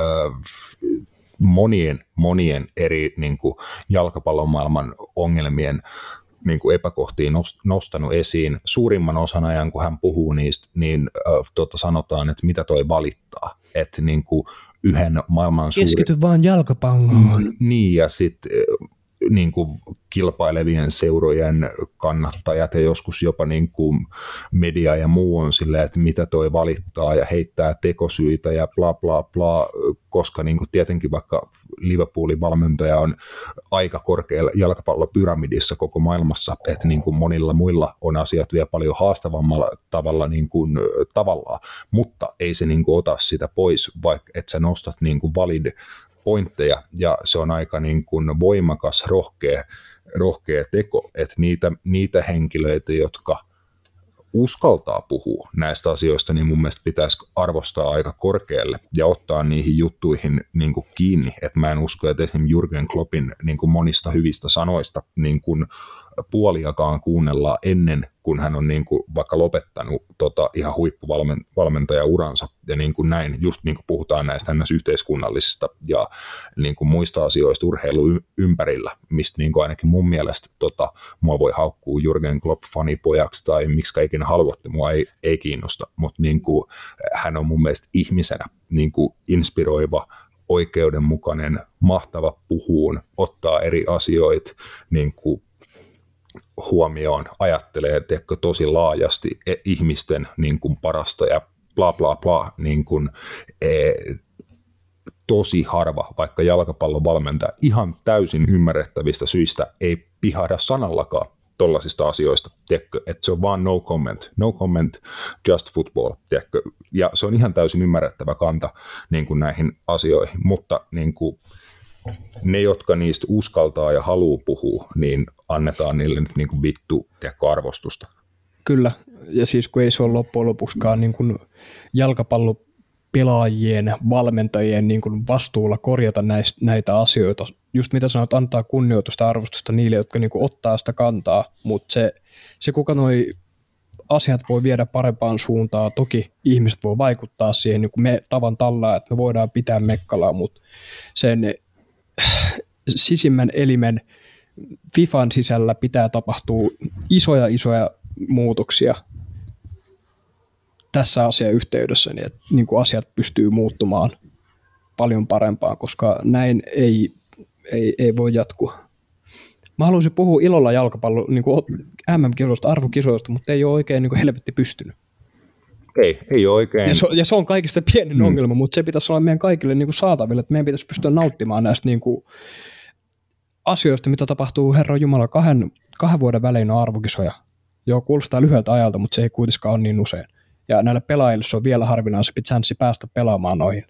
Speaker 1: monien eri niin kuin jalkapallon maailman ongelmien niin kuin epäkohtiin nostanut esiin. Suurimman osan ajan, kun hän puhuu niistä, niin sanotaan, että mitä toi valittaa. Että niin kuin yhden maailman
Speaker 3: keskity vaan jalkapalloon.
Speaker 1: Niin, ja sitten niin kuin kilpailevien seurojen kannattajat ja joskus jopa niin kuin media ja muu on silleen, että mitä toi valittaa ja heittää tekosyitä ja bla bla bla, koska niin kuin tietenkin vaikka Liverpoolin valmentaja on aika korkealla jalkapallopyramidissa koko maailmassa, että niin kuin monilla muilla on asiat vielä paljon haastavammalla tavalla niin kuin tavallaan, mutta ei se niin kuin ota sitä pois, vaikka että sä nostat niin kuin valid pointteja, ja se on aika niin kuin voimakas, rohkea teko, että niitä henkilöitä, jotka uskaltaa puhua näistä asioista, niin mun mielestä pitäisi arvostaa aika korkealle ja ottaa niihin juttuihin niin kuin kiinni, että mä en usko, että esimerkiksi Jürgen Kloppin niin kuin monista hyvistä sanoista niin kuin puoliakaan kuunnellaan ennen kuin hän on niin kuin vaikka lopettanut ihan huippuvalmentajauransa ja niin kuin näin, just niin kuin puhutaan näistä yhteiskunnallisista ja niin kuin muista asioista urheilu ympärillä, mistä niin kuin ainakin mun mielestä mua voi haukkua Jürgen Klopp fanipojaksi tai miksi ikinä haluatte, mua ei kiinnosta, mutta niin kuin hän on mun mielestä ihmisenä niin kuin inspiroiva, oikeudenmukainen, mahtava puhuun, ottaa eri asioita niin kuin huomioon, ajattelee tosi laajasti ihmisten niin kuin parasta ja bla bla bla, niin kuin, tosi harva, vaikka jalkapallon valmentaja ihan täysin ymmärrettävistä syistä ei pihada sanallakaan tollaisista asioista, tiedätkö, että se on vaan no comment, just football, tiedätkö, ja se on ihan täysin ymmärrettävä kanta niin kuin näihin asioihin, mutta niin kuin ne, jotka niistä uskaltaa ja haluaa puhua, niin annetaan niille nyt niin kuin vittu arvostusta.
Speaker 3: Kyllä, ja siis kun ei se ole loppujen lopuksikaan niin kuin jalkapallopelaajien, valmentajien niin kuin vastuulla korjata näitä asioita. Just mitä sanot, antaa kunnioitusta ja arvostusta niille, jotka niin kuin ottaa sitä kantaa, mutta se kuka noi asiat voi viedä parempaan suuntaan. Toki ihmiset voi vaikuttaa siihen, niin kuin me tavan tallaa, että me voidaan pitää Mekkalaa, mutta sen sisimmän elimen FIFAn sisällä pitää tapahtua isoja muutoksia tässä asiayhteydessä, niin että niin kuin asiat pystyy muuttumaan paljon parempaan, koska näin ei voi jatkua. Mä haluaisin puhua ilolla jalkapallon niin MM-kisoista, arvokisoista, mutta ei ole oikein niin helvetti pystynyt.
Speaker 1: Ei ole oikein.
Speaker 3: Ja se on kaikista pienin ongelma, mutta se pitäisi olla meidän kaikille niin kuin saataville, että meidän pitäisi pystyä nauttimaan näistä niin kuin asioista, mitä tapahtuu Herran Jumala 2 vuoden välein on arvokisoja. Joo, kuulostaa lyhyeltä ajalta, mutta se ei kuitenkaan ole niin usein. Ja näille pelaajille se on vielä harvinaisempi chanssi päästä pelaamaan noihin.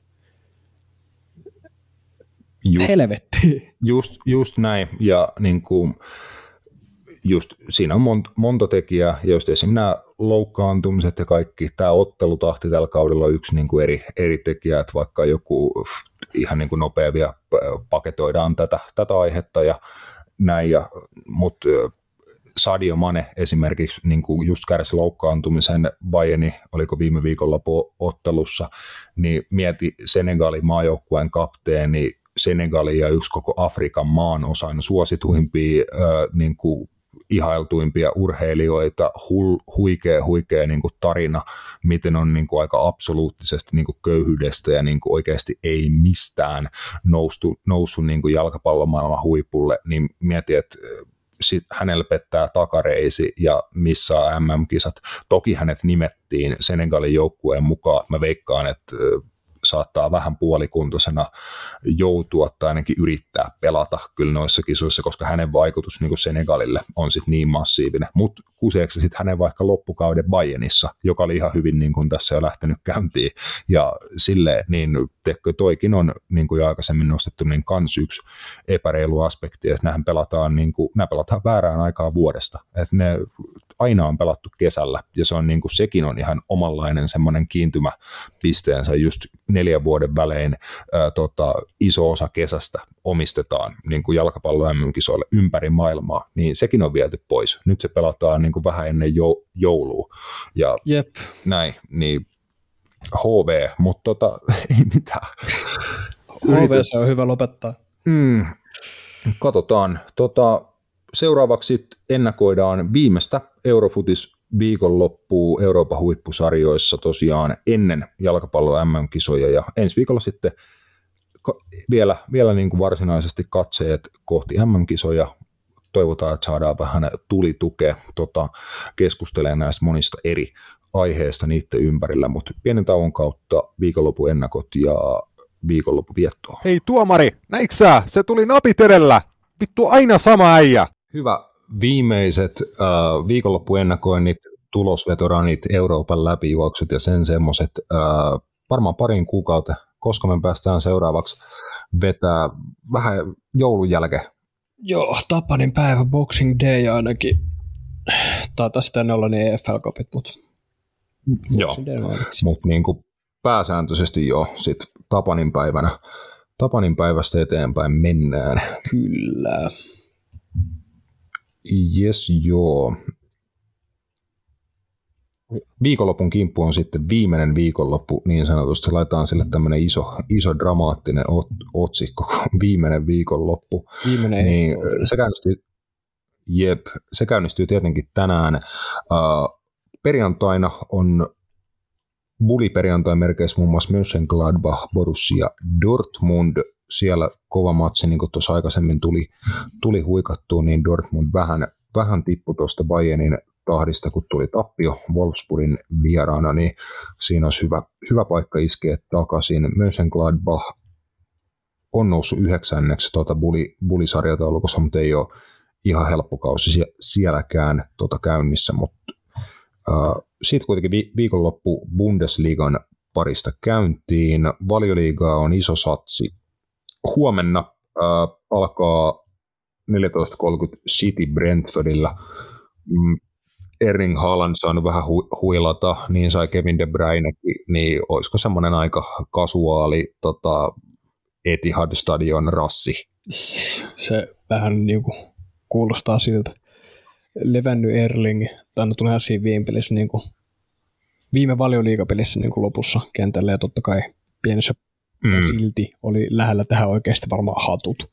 Speaker 3: Helvetti.
Speaker 1: Just näin, ja niin kuin, just siinä on monta tekijää, ja just esimerkiksi nämä loukkaantumiset ja kaikki, tämä ottelutahti tällä kaudella on yksi niin kuin eri tekijä, että vaikka joku ihan niin kuin nopea vielä paketoidaan tätä aihetta ja näin, mutta Sadio Mane esimerkiksi niin kuin just kärsi loukkaantumisen Bayernin, oliko viime viikolla ottelussa, niin mieti Senegalin maajoukkueen kapteeni, Senegalin ja yksi koko Afrikan maan osan suosituimpia, niin kuin ihailtuimpia urheilijoita, huikea niin kuin tarina, miten on niin kuin aika absoluuttisesti niin kuin köyhyydestä ja niin kuin oikeasti ei mistään noussut niin kuin jalkapallomaailman huipulle, niin mieti, että hänellä pettää takareisi ja missaa MM-kisat. Toki hänet nimettiin Senegalin joukkueen mukaan. Mä veikkaan, että saattaa vähän puolikuntoisena joutua tai ainakin yrittää pelata kyllä noissa kisoissa, koska hänen vaikutus niin kuin Senegalille on sitten niin massiivinen. Mutta kuseeko sitten hänen vaikka loppukauden Bayernissa, joka oli ihan hyvin niin kuin tässä jo lähtenyt käyntiin. Ja silleen, niin toikin on niin kuin jo aikaisemmin nostettu, niin kans yksi epäreilu aspekti, että nämä pelataan väärään aikaan vuodesta. Että ne aina on pelattu kesällä, ja se on niin kuin, sekin on ihan omanlainen semmoinen kiintymäpisteensä just 4 vuoden välein iso osa kesästä omistetaan niin kuin jalkapallo MM-kisoille ympäri maailmaa, niin sekin on viety pois. Nyt se pelataan niin kuin vähän ennen joulua ja
Speaker 3: Jep.
Speaker 1: Näin, niin HV, mutta ei mitään.
Speaker 3: HV se on hyvä lopettaa.
Speaker 1: Katsotaan. Seuraavaksi ennakoidaan viimeistä Eurofutis viikonloppua Euroopan huippusarjoissa tosiaan ennen jalkapallon MM-kisoja, ja ensi viikolla sitten vielä niin kuin varsinaisesti katseet kohti MM-kisoja. Toivotaan, että saadaan vähän tulitukea keskustelemaan näistä monista eri aiheista niiden ympärillä, mutta pienen tauon kautta viikonlopun ennakot ja viikonlopun viettoa.
Speaker 4: Hei tuomari, näitkö sä? Se tuli napit edellä. Vittu aina sama äijä.
Speaker 1: Hyvä. Viimeiset viikonloppuennakoinnit, tulosvetoranit, Euroopan läpijuoksut ja sen semmoiset varmaan parin kuukautta, koska me päästään seuraavaksi vetää vähän joulun jälkeen.
Speaker 3: Joo, Tapanin päivä, Boxing Day ainakin. Taitaa sitä ennen olla niin EFL-kopit, mutta
Speaker 1: joo, mutta niin kuin pääsääntöisesti jo sit Tapanin päivästä eteenpäin mennään.
Speaker 3: Kyllä.
Speaker 1: Jes, joo. Viikonlopun kimppu on sitten viimeinen viikonloppu, niin sanotusti. Laitetaan sille tämmöinen iso dramaattinen otsikko, viimeinen viikonloppu.
Speaker 3: Viimeinen
Speaker 1: niin se käynnistyy tietenkin tänään. Perjantaina on Bulli-perjantain merkeissä muun muassa Mönchengladbach, Borussia Dortmund. Siellä kova matsi, niin kuin tuossa aikaisemmin tuli huikattua, niin Dortmund vähän tippui tuosta Bayernin tahdista, kun tuli tappio Wolfsburgin vieraana, niin siinä olisi hyvä paikka iskeä takaisin. Mönchengladbach on noussut 9. Bulli-sarjataulukossa, mutta ei ole ihan helppo kausi sielläkään käynnissä, mutta siitä kuitenkin viikonloppu Bundesliigan parista käyntiin. Valioliigaa on iso satsi. Huomenna alkaa 14.30 City Brentfordilla. Erling Haaland saanut vähän huilata, niin sai Kevin De Bruynekin, niin olisiko semmoinen aika kasuaali Etihad-stadion rassi?
Speaker 3: Se vähän niin kuin kuulostaa siltä. levännyt Erling, tai no tulee siinä viime pelissä, niin kuin, viime Valioliigapelissä niin kuin lopussa kentällä, ja totta kai pienessä silti oli lähellä tähän oikeasti varmaan hatut.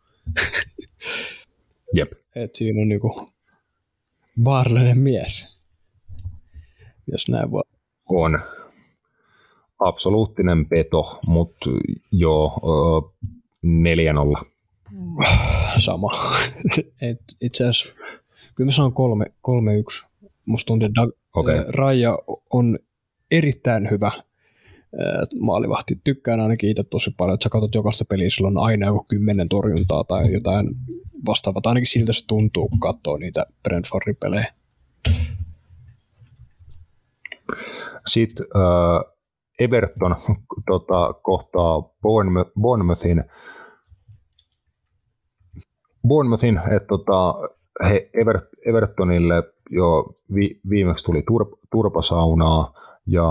Speaker 1: Jep.
Speaker 3: Et siinä on niinku vaarallinen mies, jos näin voi.
Speaker 1: On absoluuttinen peto, mutta joo, 4-0.
Speaker 3: Sama. Itse asiassa, kyllä mä sanon 3-1. Musta tuntuu, että Raija on erittäin hyvä maalivahti. Tykkään ainakin itse tosi paljon, että sä katsot jokaista peliä, sillä on aina joku 10 torjuntaa tai jotain vastaavaa. Ainakin siltä se tuntuu, kun katsoo niitä Brentfordin pelejä.
Speaker 1: Sitten Everton kohtaa Bournemouthin, että Evertonille jo viimeksi tuli turpasaunaa ja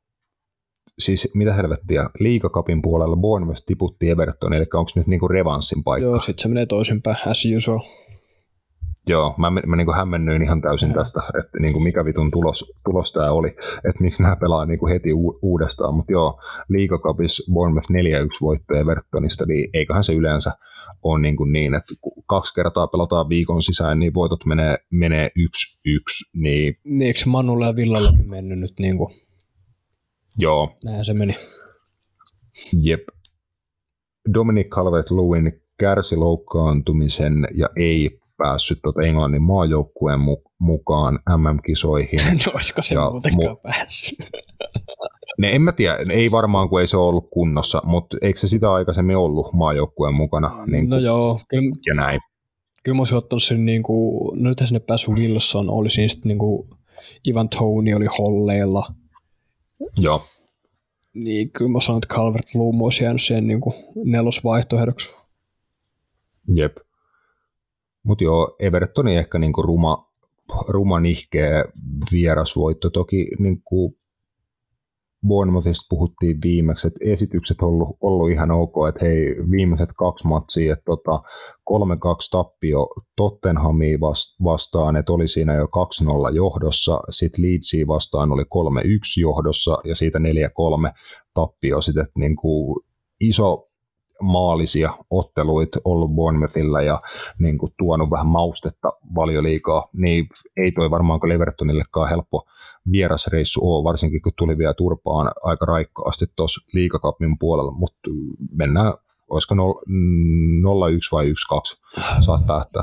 Speaker 1: siis mitä helvettiä, Liigacupin puolella Bournemouth tiputti Everton, eli onko nyt niinku revanssin paikka?
Speaker 3: Joo, sitten se menee toisinpäin, as usual.
Speaker 1: Joo, mä niinku hämmennyin ihan täysin tästä, että niinku mikä vitun tulos tää oli, että miksi nämä pelaa niinku heti uudestaan, mutta joo, Liigacupissa Bournemouth 4-1 voitto Evertonista, niin eiköhän se yleensä ole niin, että 2 kertaa pelataan viikon sisään, niin voitot menee 1-1. Niin
Speaker 3: eikö Manulla ja Villallakin mennyt nyt niinku?
Speaker 1: Joo.
Speaker 3: Näin se meni.
Speaker 1: Jep. Dominic Calvert-Lewin kärsi loukkaantumisen ja ei päässyt Englannin maajoukkueen mukaan MM-kisoihin.
Speaker 3: No olisiko se muutenkaan päässyt?
Speaker 1: En mä tiedä, ei varmaan kun ei se ollut kunnossa, mutta eikö se sitä aikaisemmin ollut maajoukkueen mukana? Niin
Speaker 3: no joo, kyllä,
Speaker 1: ja näin.
Speaker 3: Kyllä mä olisin ottanut sen, niin kuin, no nythän sinne päässyt Wilson, oli siinä sitten niin kuin Ivan Toney oli holleilla.
Speaker 1: Joo.
Speaker 3: Niin kyllä mä sanon, että Calvert-Lewin olisi jäänyt siihen niin kuin 4. vaihtoehdoksi.
Speaker 1: Jep. Mutta joo, Evertoni ehkä niinku ruma nihkeä vierasvoitto. Toki niinku Bournemouthista puhuttiin viimeksi, että esitykset on ollut ihan ok, että hei, viimeiset 2 matsia, että 3-2 tappio Tottenhamia vastaan, että oli siinä jo 2-0 johdossa, sitten Leedsia vastaan oli 3-1 johdossa ja siitä 4-3 tappio, sitten niinku iso maalisia otteluita ollut Bournemouthilla ja niin kuin tuonut vähän maustetta Valioliigaa, niin ei toi varmaanko Evertonillekaan helppo vierasreissu ole, varsinkin kun tuli vielä turpaan aika raikkaasti tuossa Liigacupin puolella, mutta mennään, olisiko 0-1 vai 1-2, saat päättää.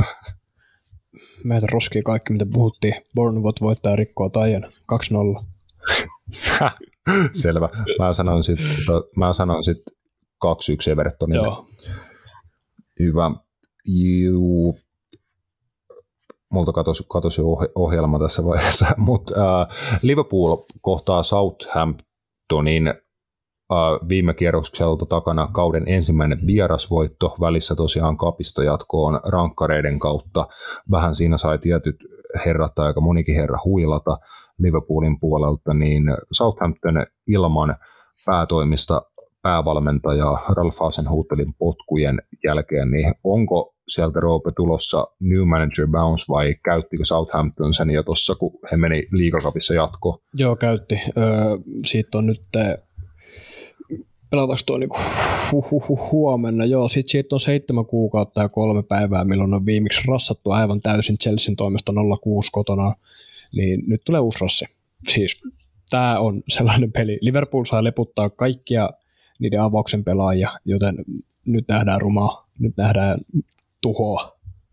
Speaker 3: Meitä roskii kaikki, mitä puhuttiin. Bournemouth voittaa rikkoa taian 2-0.
Speaker 1: Selvä. Mä sanon sit 2-1 Evertonille.
Speaker 3: Joo.
Speaker 1: Hyvä. Juu. Multa katosi ohjelma tässä vaiheessa, mutta Liverpool kohtaa Southamptonin viime kierrokselta takana kauden ensimmäinen vierasvoitto, välissä tosiaan kapista jatkoon rankkareiden kautta. Vähän siinä sai tietyt herrat tai aika monikin herra huilata Liverpoolin puolelta, niin Southampton ilman päätoimista päävalmentaja Ralph Hasenhutelin potkujen jälkeen, niin onko sieltä Roope tulossa new manager bounce vai käyttikö Southampton sen jo tuossa, kun he meni Liigacupissa jatkoon?
Speaker 3: Joo, käytti. Siitä on nyt pelataanko tuo niinku huomenna? Joo, siitä on 7 kuukautta ja 3 päivää, milloin on viimeksi rassattu aivan täysin Chelsean toimesta 0-6 kotona, niin nyt tulee uusi rassi. Siis tämä on sellainen peli. Liverpool saa leputtaa kaikkia niiden avauksen pelaajia, joten nyt nähdään rumaa, nyt nähdään tuhoa.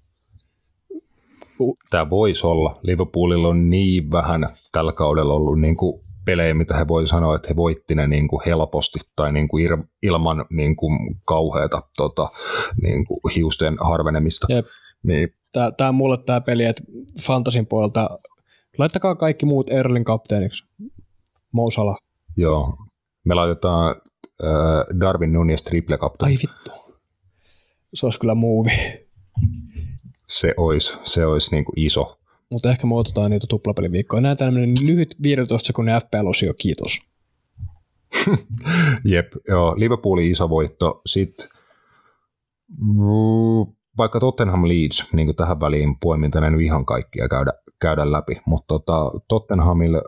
Speaker 1: Tämä voisi olla. Liverpoolilla on niin vähän tällä kaudella ollut niin kuin pelejä, mitä he voi sanoa, että he voitti ne niin kuin helposti tai niin kuin ilman niin kuin kauheata niin kuin hiusten harvenemista. Niin.
Speaker 3: Tämä on mulle tämä peli, että Fantasin puolelta laittakaa kaikki muut Erling kapteeniksi. Mo Salah.
Speaker 1: Joo. Me laitetaan Darwin Núñez triple kapteeni.
Speaker 3: Ai vittu. Se olisi kyllä movie.
Speaker 1: Se olisi niin kuin iso.
Speaker 3: Mutta ehkä me otetaan niitä tuplapeliviikkoja. Näin tämmöinen lyhyt 15 sekunnin FPL-osio, kiitos.
Speaker 1: Jep, joo, Liverpoolin iso voitto. Sitten vaikka Tottenham Leeds, niin kuin tähän väliin poimin tänne ihan kaikkia käydä läpi, mutta Tottenhamille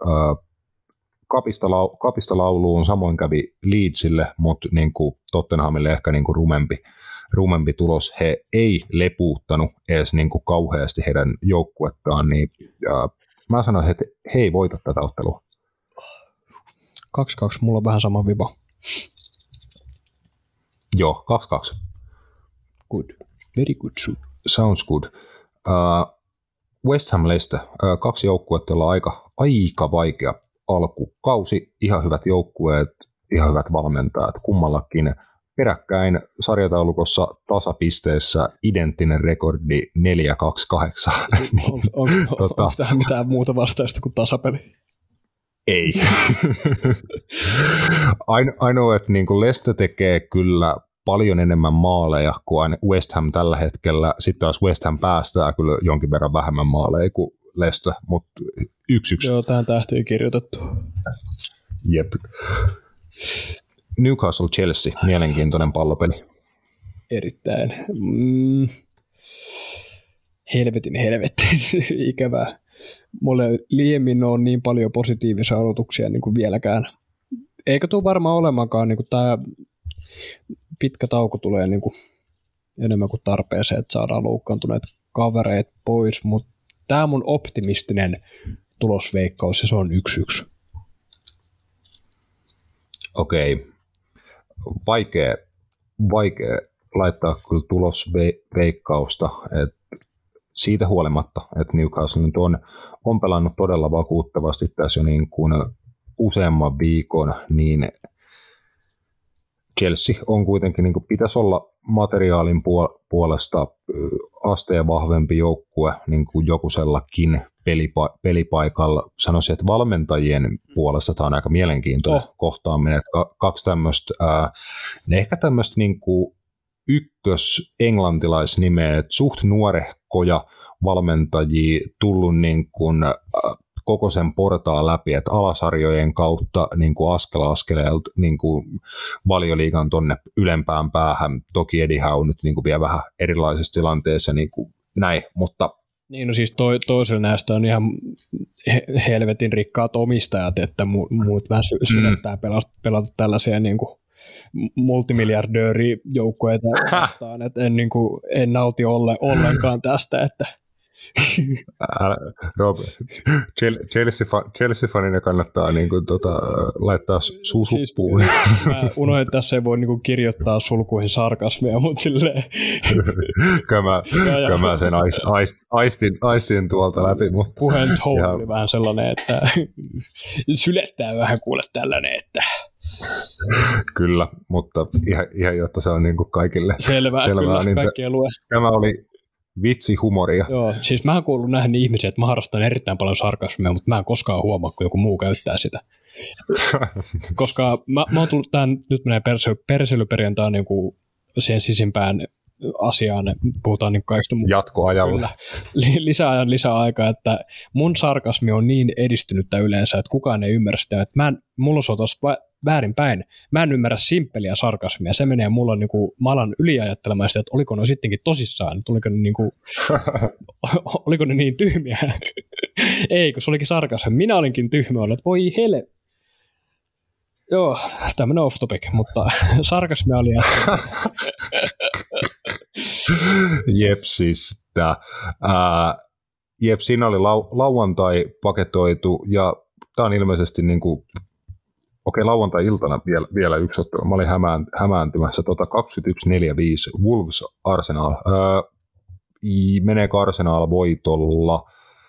Speaker 1: kapista lauluun, samoin kävi Leedsille, mutta niin kuin Tottenhamille ehkä niin kuin rumempi tulos. He ei lepuuttanut edes niin kuin kauheasti heidän joukkuettaan, niin mä sanoin, että he ei voita tätä ottelua.
Speaker 3: 2-2, mulla on vähän sama viba.
Speaker 1: Joo, 2-2.
Speaker 3: Good. Very good.
Speaker 1: Sounds good. West Ham Leicester, 2 joukkuetta, joilla on aika vaikea alkukausi. Ihan hyvät joukkueet, ihan hyvät valmentajat. Kummallakin peräkkäin sarjataulukossa tasapisteissä identtinen rekordi 4-2-8.
Speaker 3: Onko tähän mitään muuta vastausta kuin tasapeli?
Speaker 1: Ei. Ainoa, että niin Leicester tekee kyllä paljon enemmän maaleja kuin West Ham tällä hetkellä. Sitten taas West Ham päästää kyllä jonkin verran vähemmän maaleja kuin Leicester, mutta 1-1.
Speaker 3: Joo, tähän tähtiin kirjoitettu.
Speaker 1: Jep. Newcastle Chelsea, mielenkiintoinen pallopeli.
Speaker 3: Erittäin. Helvetin ikävää. Mulle liiemmin on niin paljon positiivisia odotuksia niin kuin vieläkään. Eikä tule varmaan olemaankaan, niin kuin tämä pitkä tauko tulee niin kuin enemmän kuin tarpeeseen, että saadaan loukkaantuneet kavereet pois, mutta tämä on mun optimistinen tulosveikkaus ja se on 1-1.
Speaker 1: Okei. Vaikea laittaa kyllä tulosveikkausta, että siitä huolimatta, että Newcastle nyt on pelannut todella vakuuttavasti tässä jo niin kuin useamman viikon, niin Chelsea on kuitenkin, niin kuin pitäisi olla materiaalin puolesta asteen vahvempi joukkue niin kuin jokusellakin pelipaikalla. Sanoisin, että valmentajien puolesta tämä on aika mielenkiintoinen kohtaaminen. Kaksi tämmöistä, ehkä tämmöistä niin kuin englantilaisnimeä, että suht nuorehkoja valmentajia tullut niin kuin koko sen portaan läpi, että alasarjojen kautta niin kuin askeleelta niin kuin Valioliigan tonne ylempään päähän. Toki Eddie Howe nyt niin kuin vielä vähän erilaisessa tilanteessa niin kuin näin, mutta
Speaker 3: niin, no siis toisella näistä on ihan helvetin rikkaat omistajat, että muut vähän sylettää pelata tällaisia niin kuin multimiljardöörijoukkueita vastaan, että en nauti ollenkaan tästä, että
Speaker 1: Rob, Chelsea-fanina kannattaa niin kuin, laittaa susuppuun.
Speaker 3: Siis, mä unohdin, että tässä ei voi niin kuin, kirjoittaa sulkuihin sarkasmia, mutta silleen
Speaker 1: Mä sen aistin tuolta läpi.
Speaker 3: Puheen tone oli vähän sellainen, että sylettää vähän kuule tällainen, että
Speaker 1: kyllä, mutta ihan jotta se on niin kuin kaikille
Speaker 3: selvää kyllä,
Speaker 1: niin
Speaker 3: kaikkia lue.
Speaker 1: Tämä oli vitsihumoria.
Speaker 3: Joo, siis mä oon kuullut nähdä ihmisiä, että mä harrastan erittäin paljon sarkasmia, mutta mä en koskaan huomaa, kun joku muu käyttää sitä. Koska mä oon tullut tähän, nyt menee perseilyperjantaan niin kuin siihen sisimpään asiaan, puhutaan niin kaikista
Speaker 1: jatkoajalla.
Speaker 3: Lisää aikaa, että mun sarkasmi on niin edistynyttä yleensä, että kukaan ei ymmärrä sitä, että mulla on taas väärinpäin. Mä en ymmärrä simppeliä sarkasmia. Se menee mulla niinku, mä alan yliajattelemaan sitä, että oliko ne sittenkin tosissaan, oliko ne niin tyhmiä. Ei, kun se olikin sarkasmi. Minä olinkin tyhmä, että voi hele. Joo, tämmönen off topic, mutta sarkasmia oli
Speaker 1: Jep, siis jep, siinä oli lauantai paketoitu, ja tämä on ilmeisesti niin kuin, lauantai-iltana vielä yksi ottelu. Mä olin hämääntymässä 21-4-5 Wolves Arsenal. Meneekö Arsenal voitolla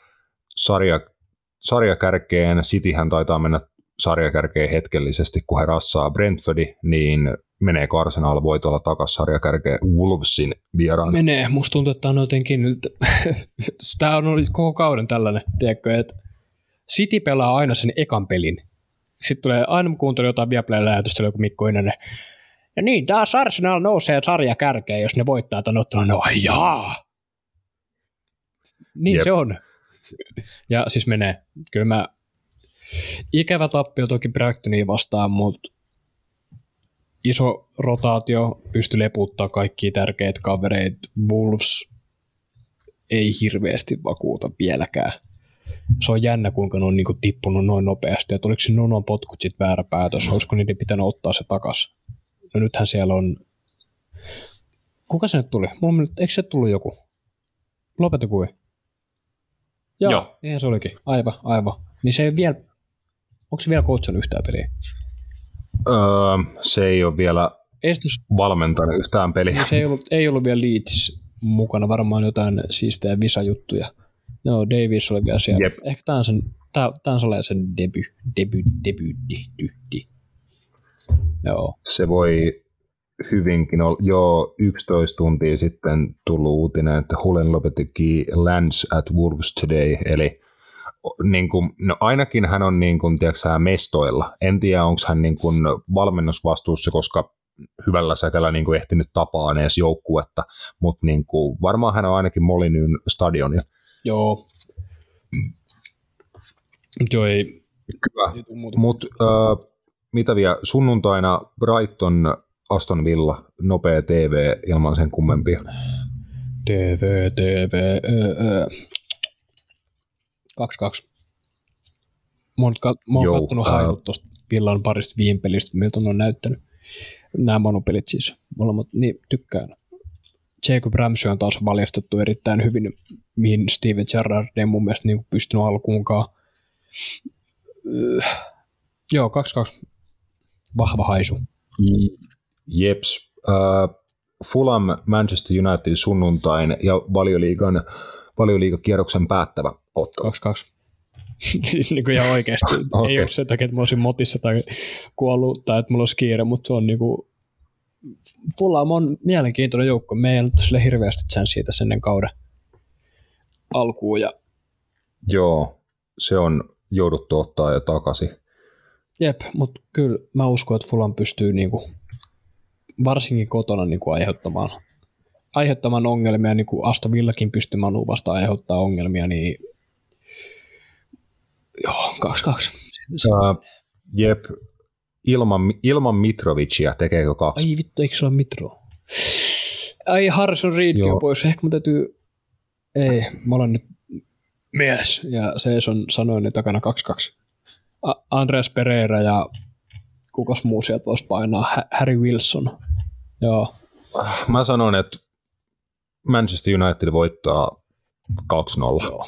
Speaker 1: sarjakärkeen? Cityhän taitaa mennä sarjakärkeen hetkellisesti, kun he rassaa Brentfordi, niin meneekö Arsenal voitolla takaisin sarjakärkeen Wolvesin vieraan?
Speaker 3: Menee. Musta tuntuu, että on jotenkin nyt, tämä on ollut koko kauden tällainen, tiedätkö, että City pelaa aina sen ekan pelin. Sitten tulee aina kuuntelua jotain Viaplay-lähetystä, joku Mikko Inänen. Ja niin, taas Arsenal nousee sarjakärkeen, jos ne voittaa tämän ottelun. No jaa! Niin jep. Se on. Ja siis menee. Kyllä ikävä tappio toki Brightoniin vastaan, mutta iso rotaatio, pystyi leputtaa kaikkia tärkeitä kavereita. Wolves ei hirveästi vakuuta vieläkään. Se on jännä, kuinka ne on niinku tippunut noin nopeasti. Et oliko se Nunon potkut sitten väärä päätös? Olisiko niiden pitänyt ottaa se takas? No nythän siellä on... Kuka se nyt tuli? Eikö se tullut joku? Lopeta kuin. Joo. Eihän se olikin. Aivan. Niin se ei vielä... Onko se vielä coachan yhtään peliä?
Speaker 1: Se ei ole vielä valmentanut yhtään peliä.
Speaker 3: Niin se ei ollut vielä Leedsissä mukana. Varmaan jotain siistejä visajuttuja. Joo, Davies oli vielä siellä. Jep. Ehkä tämä on sellainen debyytti. Joo.
Speaker 1: Se voi hyvinkin olla. Jo 11 tuntia sitten tullut uutinen, että Hulen Lopetegui lands at Wolves today, eli niin kuin, no ainakin hän on niin kuin, tiedätkö, mestoilla. En tiedä, onko hän niin kuin valmennusvastuussa, koska hyvällä säkällä niin kuin ehtinyt tapaan edes joukkuetta, mutta niin kuin, varmaan hän on ainakin Molinyn stadionilla.
Speaker 3: Joo. Joo, ei.
Speaker 1: Kyllä. Mutta mitä vielä? Sunnuntaina Brighton Aston Villa, nopea TV ilman sen kummempia.
Speaker 3: TV. 2-2. Mä oon kattonut haidut tuosta Villan parista viime pelistä, miltä on näyttänyt. Nämä monopelit siis. Molemmat, niin tykkään. Jacob Ramsey on taas valjastettu erittäin hyvin, mihin Steven Gerrard ei mun mielestä niin pystynyt alkuunkaan. Joo, 2-2. Vahva haisu.
Speaker 1: Jeps. Fulham Manchester United sunnuntain ja valioliigakierroksen päättävä ottelu.
Speaker 3: 2-2. Siis niin kuin ihan oikeasti. Okay. Ei ole se takia, että mä olisin motissa tai kuollut tai että mulla olisi kiire, mutta se on niin kuin Fulham on mielenkiintoinen joukko. Me ei ole sille hirveästi siitä ennen kauden alkuun.
Speaker 1: Joo, se on jouduttu ottaa jo takaisin.
Speaker 3: Jep, mutta kyllä mä uskon, että Fulham pystyy niinku, varsinkin kotona niinku aiheuttamaan ongelmia, niin kuin Aston Villakin pystyy Manu vasta aiheuttaa ongelmia, niin joo, 2-2.
Speaker 1: Jep, ilman Mitrovicia tekeekö 2?
Speaker 3: Ai vittu, eikö se ole Mitro? Ai Harrison Reedkin on pois, ehkä mä täytyy, ei, mä olen nyt mies, ja Seeson sanoi ne takana 2-2. Andreas Pereira ja kukas muu sieltä voisi painaa, Harry Wilson. Joo.
Speaker 1: Mä sanon, että Manchester United voittaa 2-0.
Speaker 3: Joo.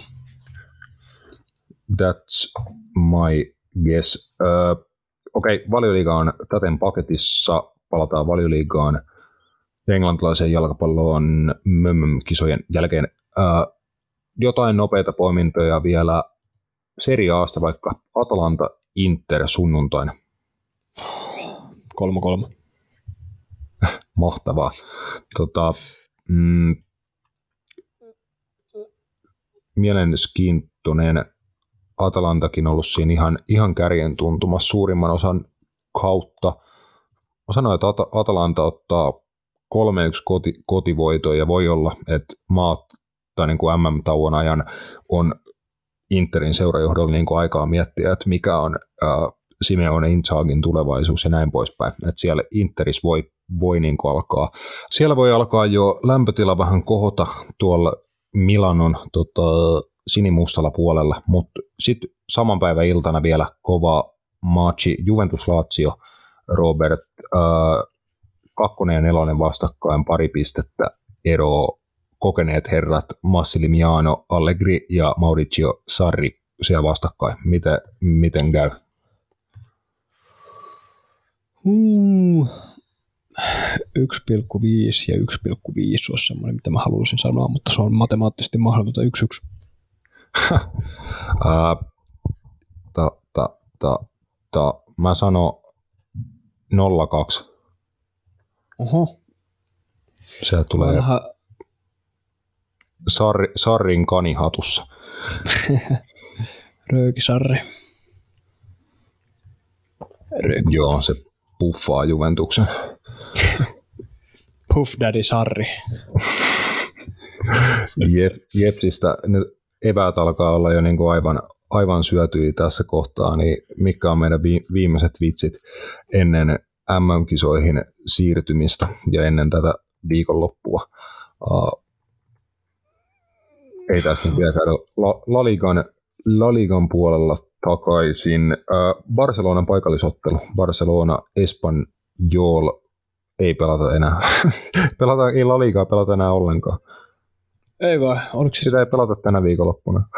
Speaker 1: That's my guess. Okei, Valioliiga on täten paketissa. Palataan Valioliigaan englantilaiseen jalkapalloon kisojen jälkeen. Jotain nopeita poimintoja vielä Serie A:sta, vaikka Atalanta Inter sunnuntaina.
Speaker 3: 3-3.
Speaker 1: Mahtavaa. Mielenkiintoinen Atalantakin ollut siinä ihan kärjen tuntumassa suurimman osan kautta. Mä sanoin, että Atalanta ottaa 3-1 kotivoitoa ja voi olla, että tai niin kuin MM-tauon ajan on Interin seurajohdolla niin kuin aikaa miettiä, että mikä on Simeone Inzaghin tulevaisuus ja näin poispäin. Että siellä Interis voi niin kuin alkaa. Siellä voi alkaa jo lämpötila vähän kohota tuolla Milanon sinimustalla puolella, mutta sitten saman päivän iltana vielä kova matchi Juventus Lazio, Robert, 2. ja 4. vastakkain, pari pistettä eroa, kokeneet herrat Massimiliano Allegri ja Maurizio Sarri siellä vastakkain. Miten käy?
Speaker 3: 1,5 ja 1,5 olisi semmoinen, mitä mä haluaisin sanoa, mutta se on matemaattisesti mahdotonta
Speaker 1: 1-1. Mä sanon 0-2.
Speaker 3: Oho.
Speaker 1: Se tulee Sarrin kanihatussa.
Speaker 3: Röökisarri.
Speaker 1: Joo, se puffaa Juventuksen.
Speaker 3: Puff Daddy Sarri.
Speaker 1: Jepsistä nyt eväät alkaa olla jo niin kuin aivan syötyjä tässä kohtaa, niin mitkä on meidän viimeiset vitsit ennen MM-kisoihin siirtymistä ja ennen tätä viikonloppua. Ei tässä vielä käydä La Ligan puolella takaisin. Barcelonan paikallisottelu. Barcelona Espanyol ei pelata enää. Ei La Ligaa pelata enää ollenkaan.
Speaker 3: Ei vai, oliko siis...
Speaker 1: Sitä ei pelata tänä viikonloppuna.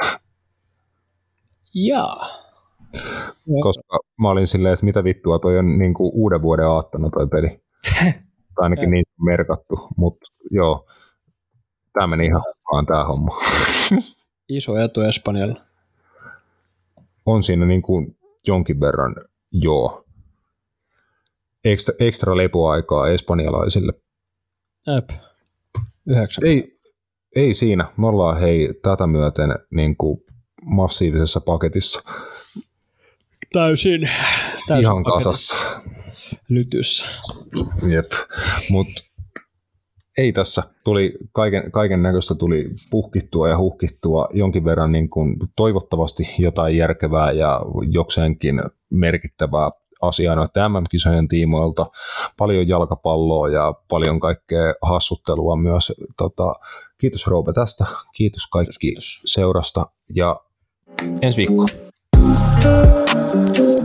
Speaker 3: Jaa.
Speaker 1: Koska mä olin silleen, että mitä vittua, toi on niin kuin uuden vuoden aattona toi peli. Tai ainakin niin merkattu, mutta joo, tää meni ihan hukkaan tää homma.
Speaker 3: Iso etu Espanjalla.
Speaker 1: On siinä niin kuin jonkin verran, joo. Ekstra lepoaikaa espanjalaisille.
Speaker 3: Jep. 9.
Speaker 1: Ei siinä, me ollaan tätä myöten niin kuin massiivisessa paketissa.
Speaker 3: Täysin
Speaker 1: ihan kasassa.
Speaker 3: Lytyssä.
Speaker 1: Jep, mutta ei tässä. Tuli kaiken näköistä tuli puhkittua ja huhkittua jonkin verran niin kuin toivottavasti jotain järkevää ja jokseenkin merkittävää asiaa noiden MM-kisojen tiimoilta. Paljon jalkapalloa ja paljon kaikkea hassuttelua myös. Kiitos Roope tästä. Kiitos kaikki seurasta ja ensi viikkoon.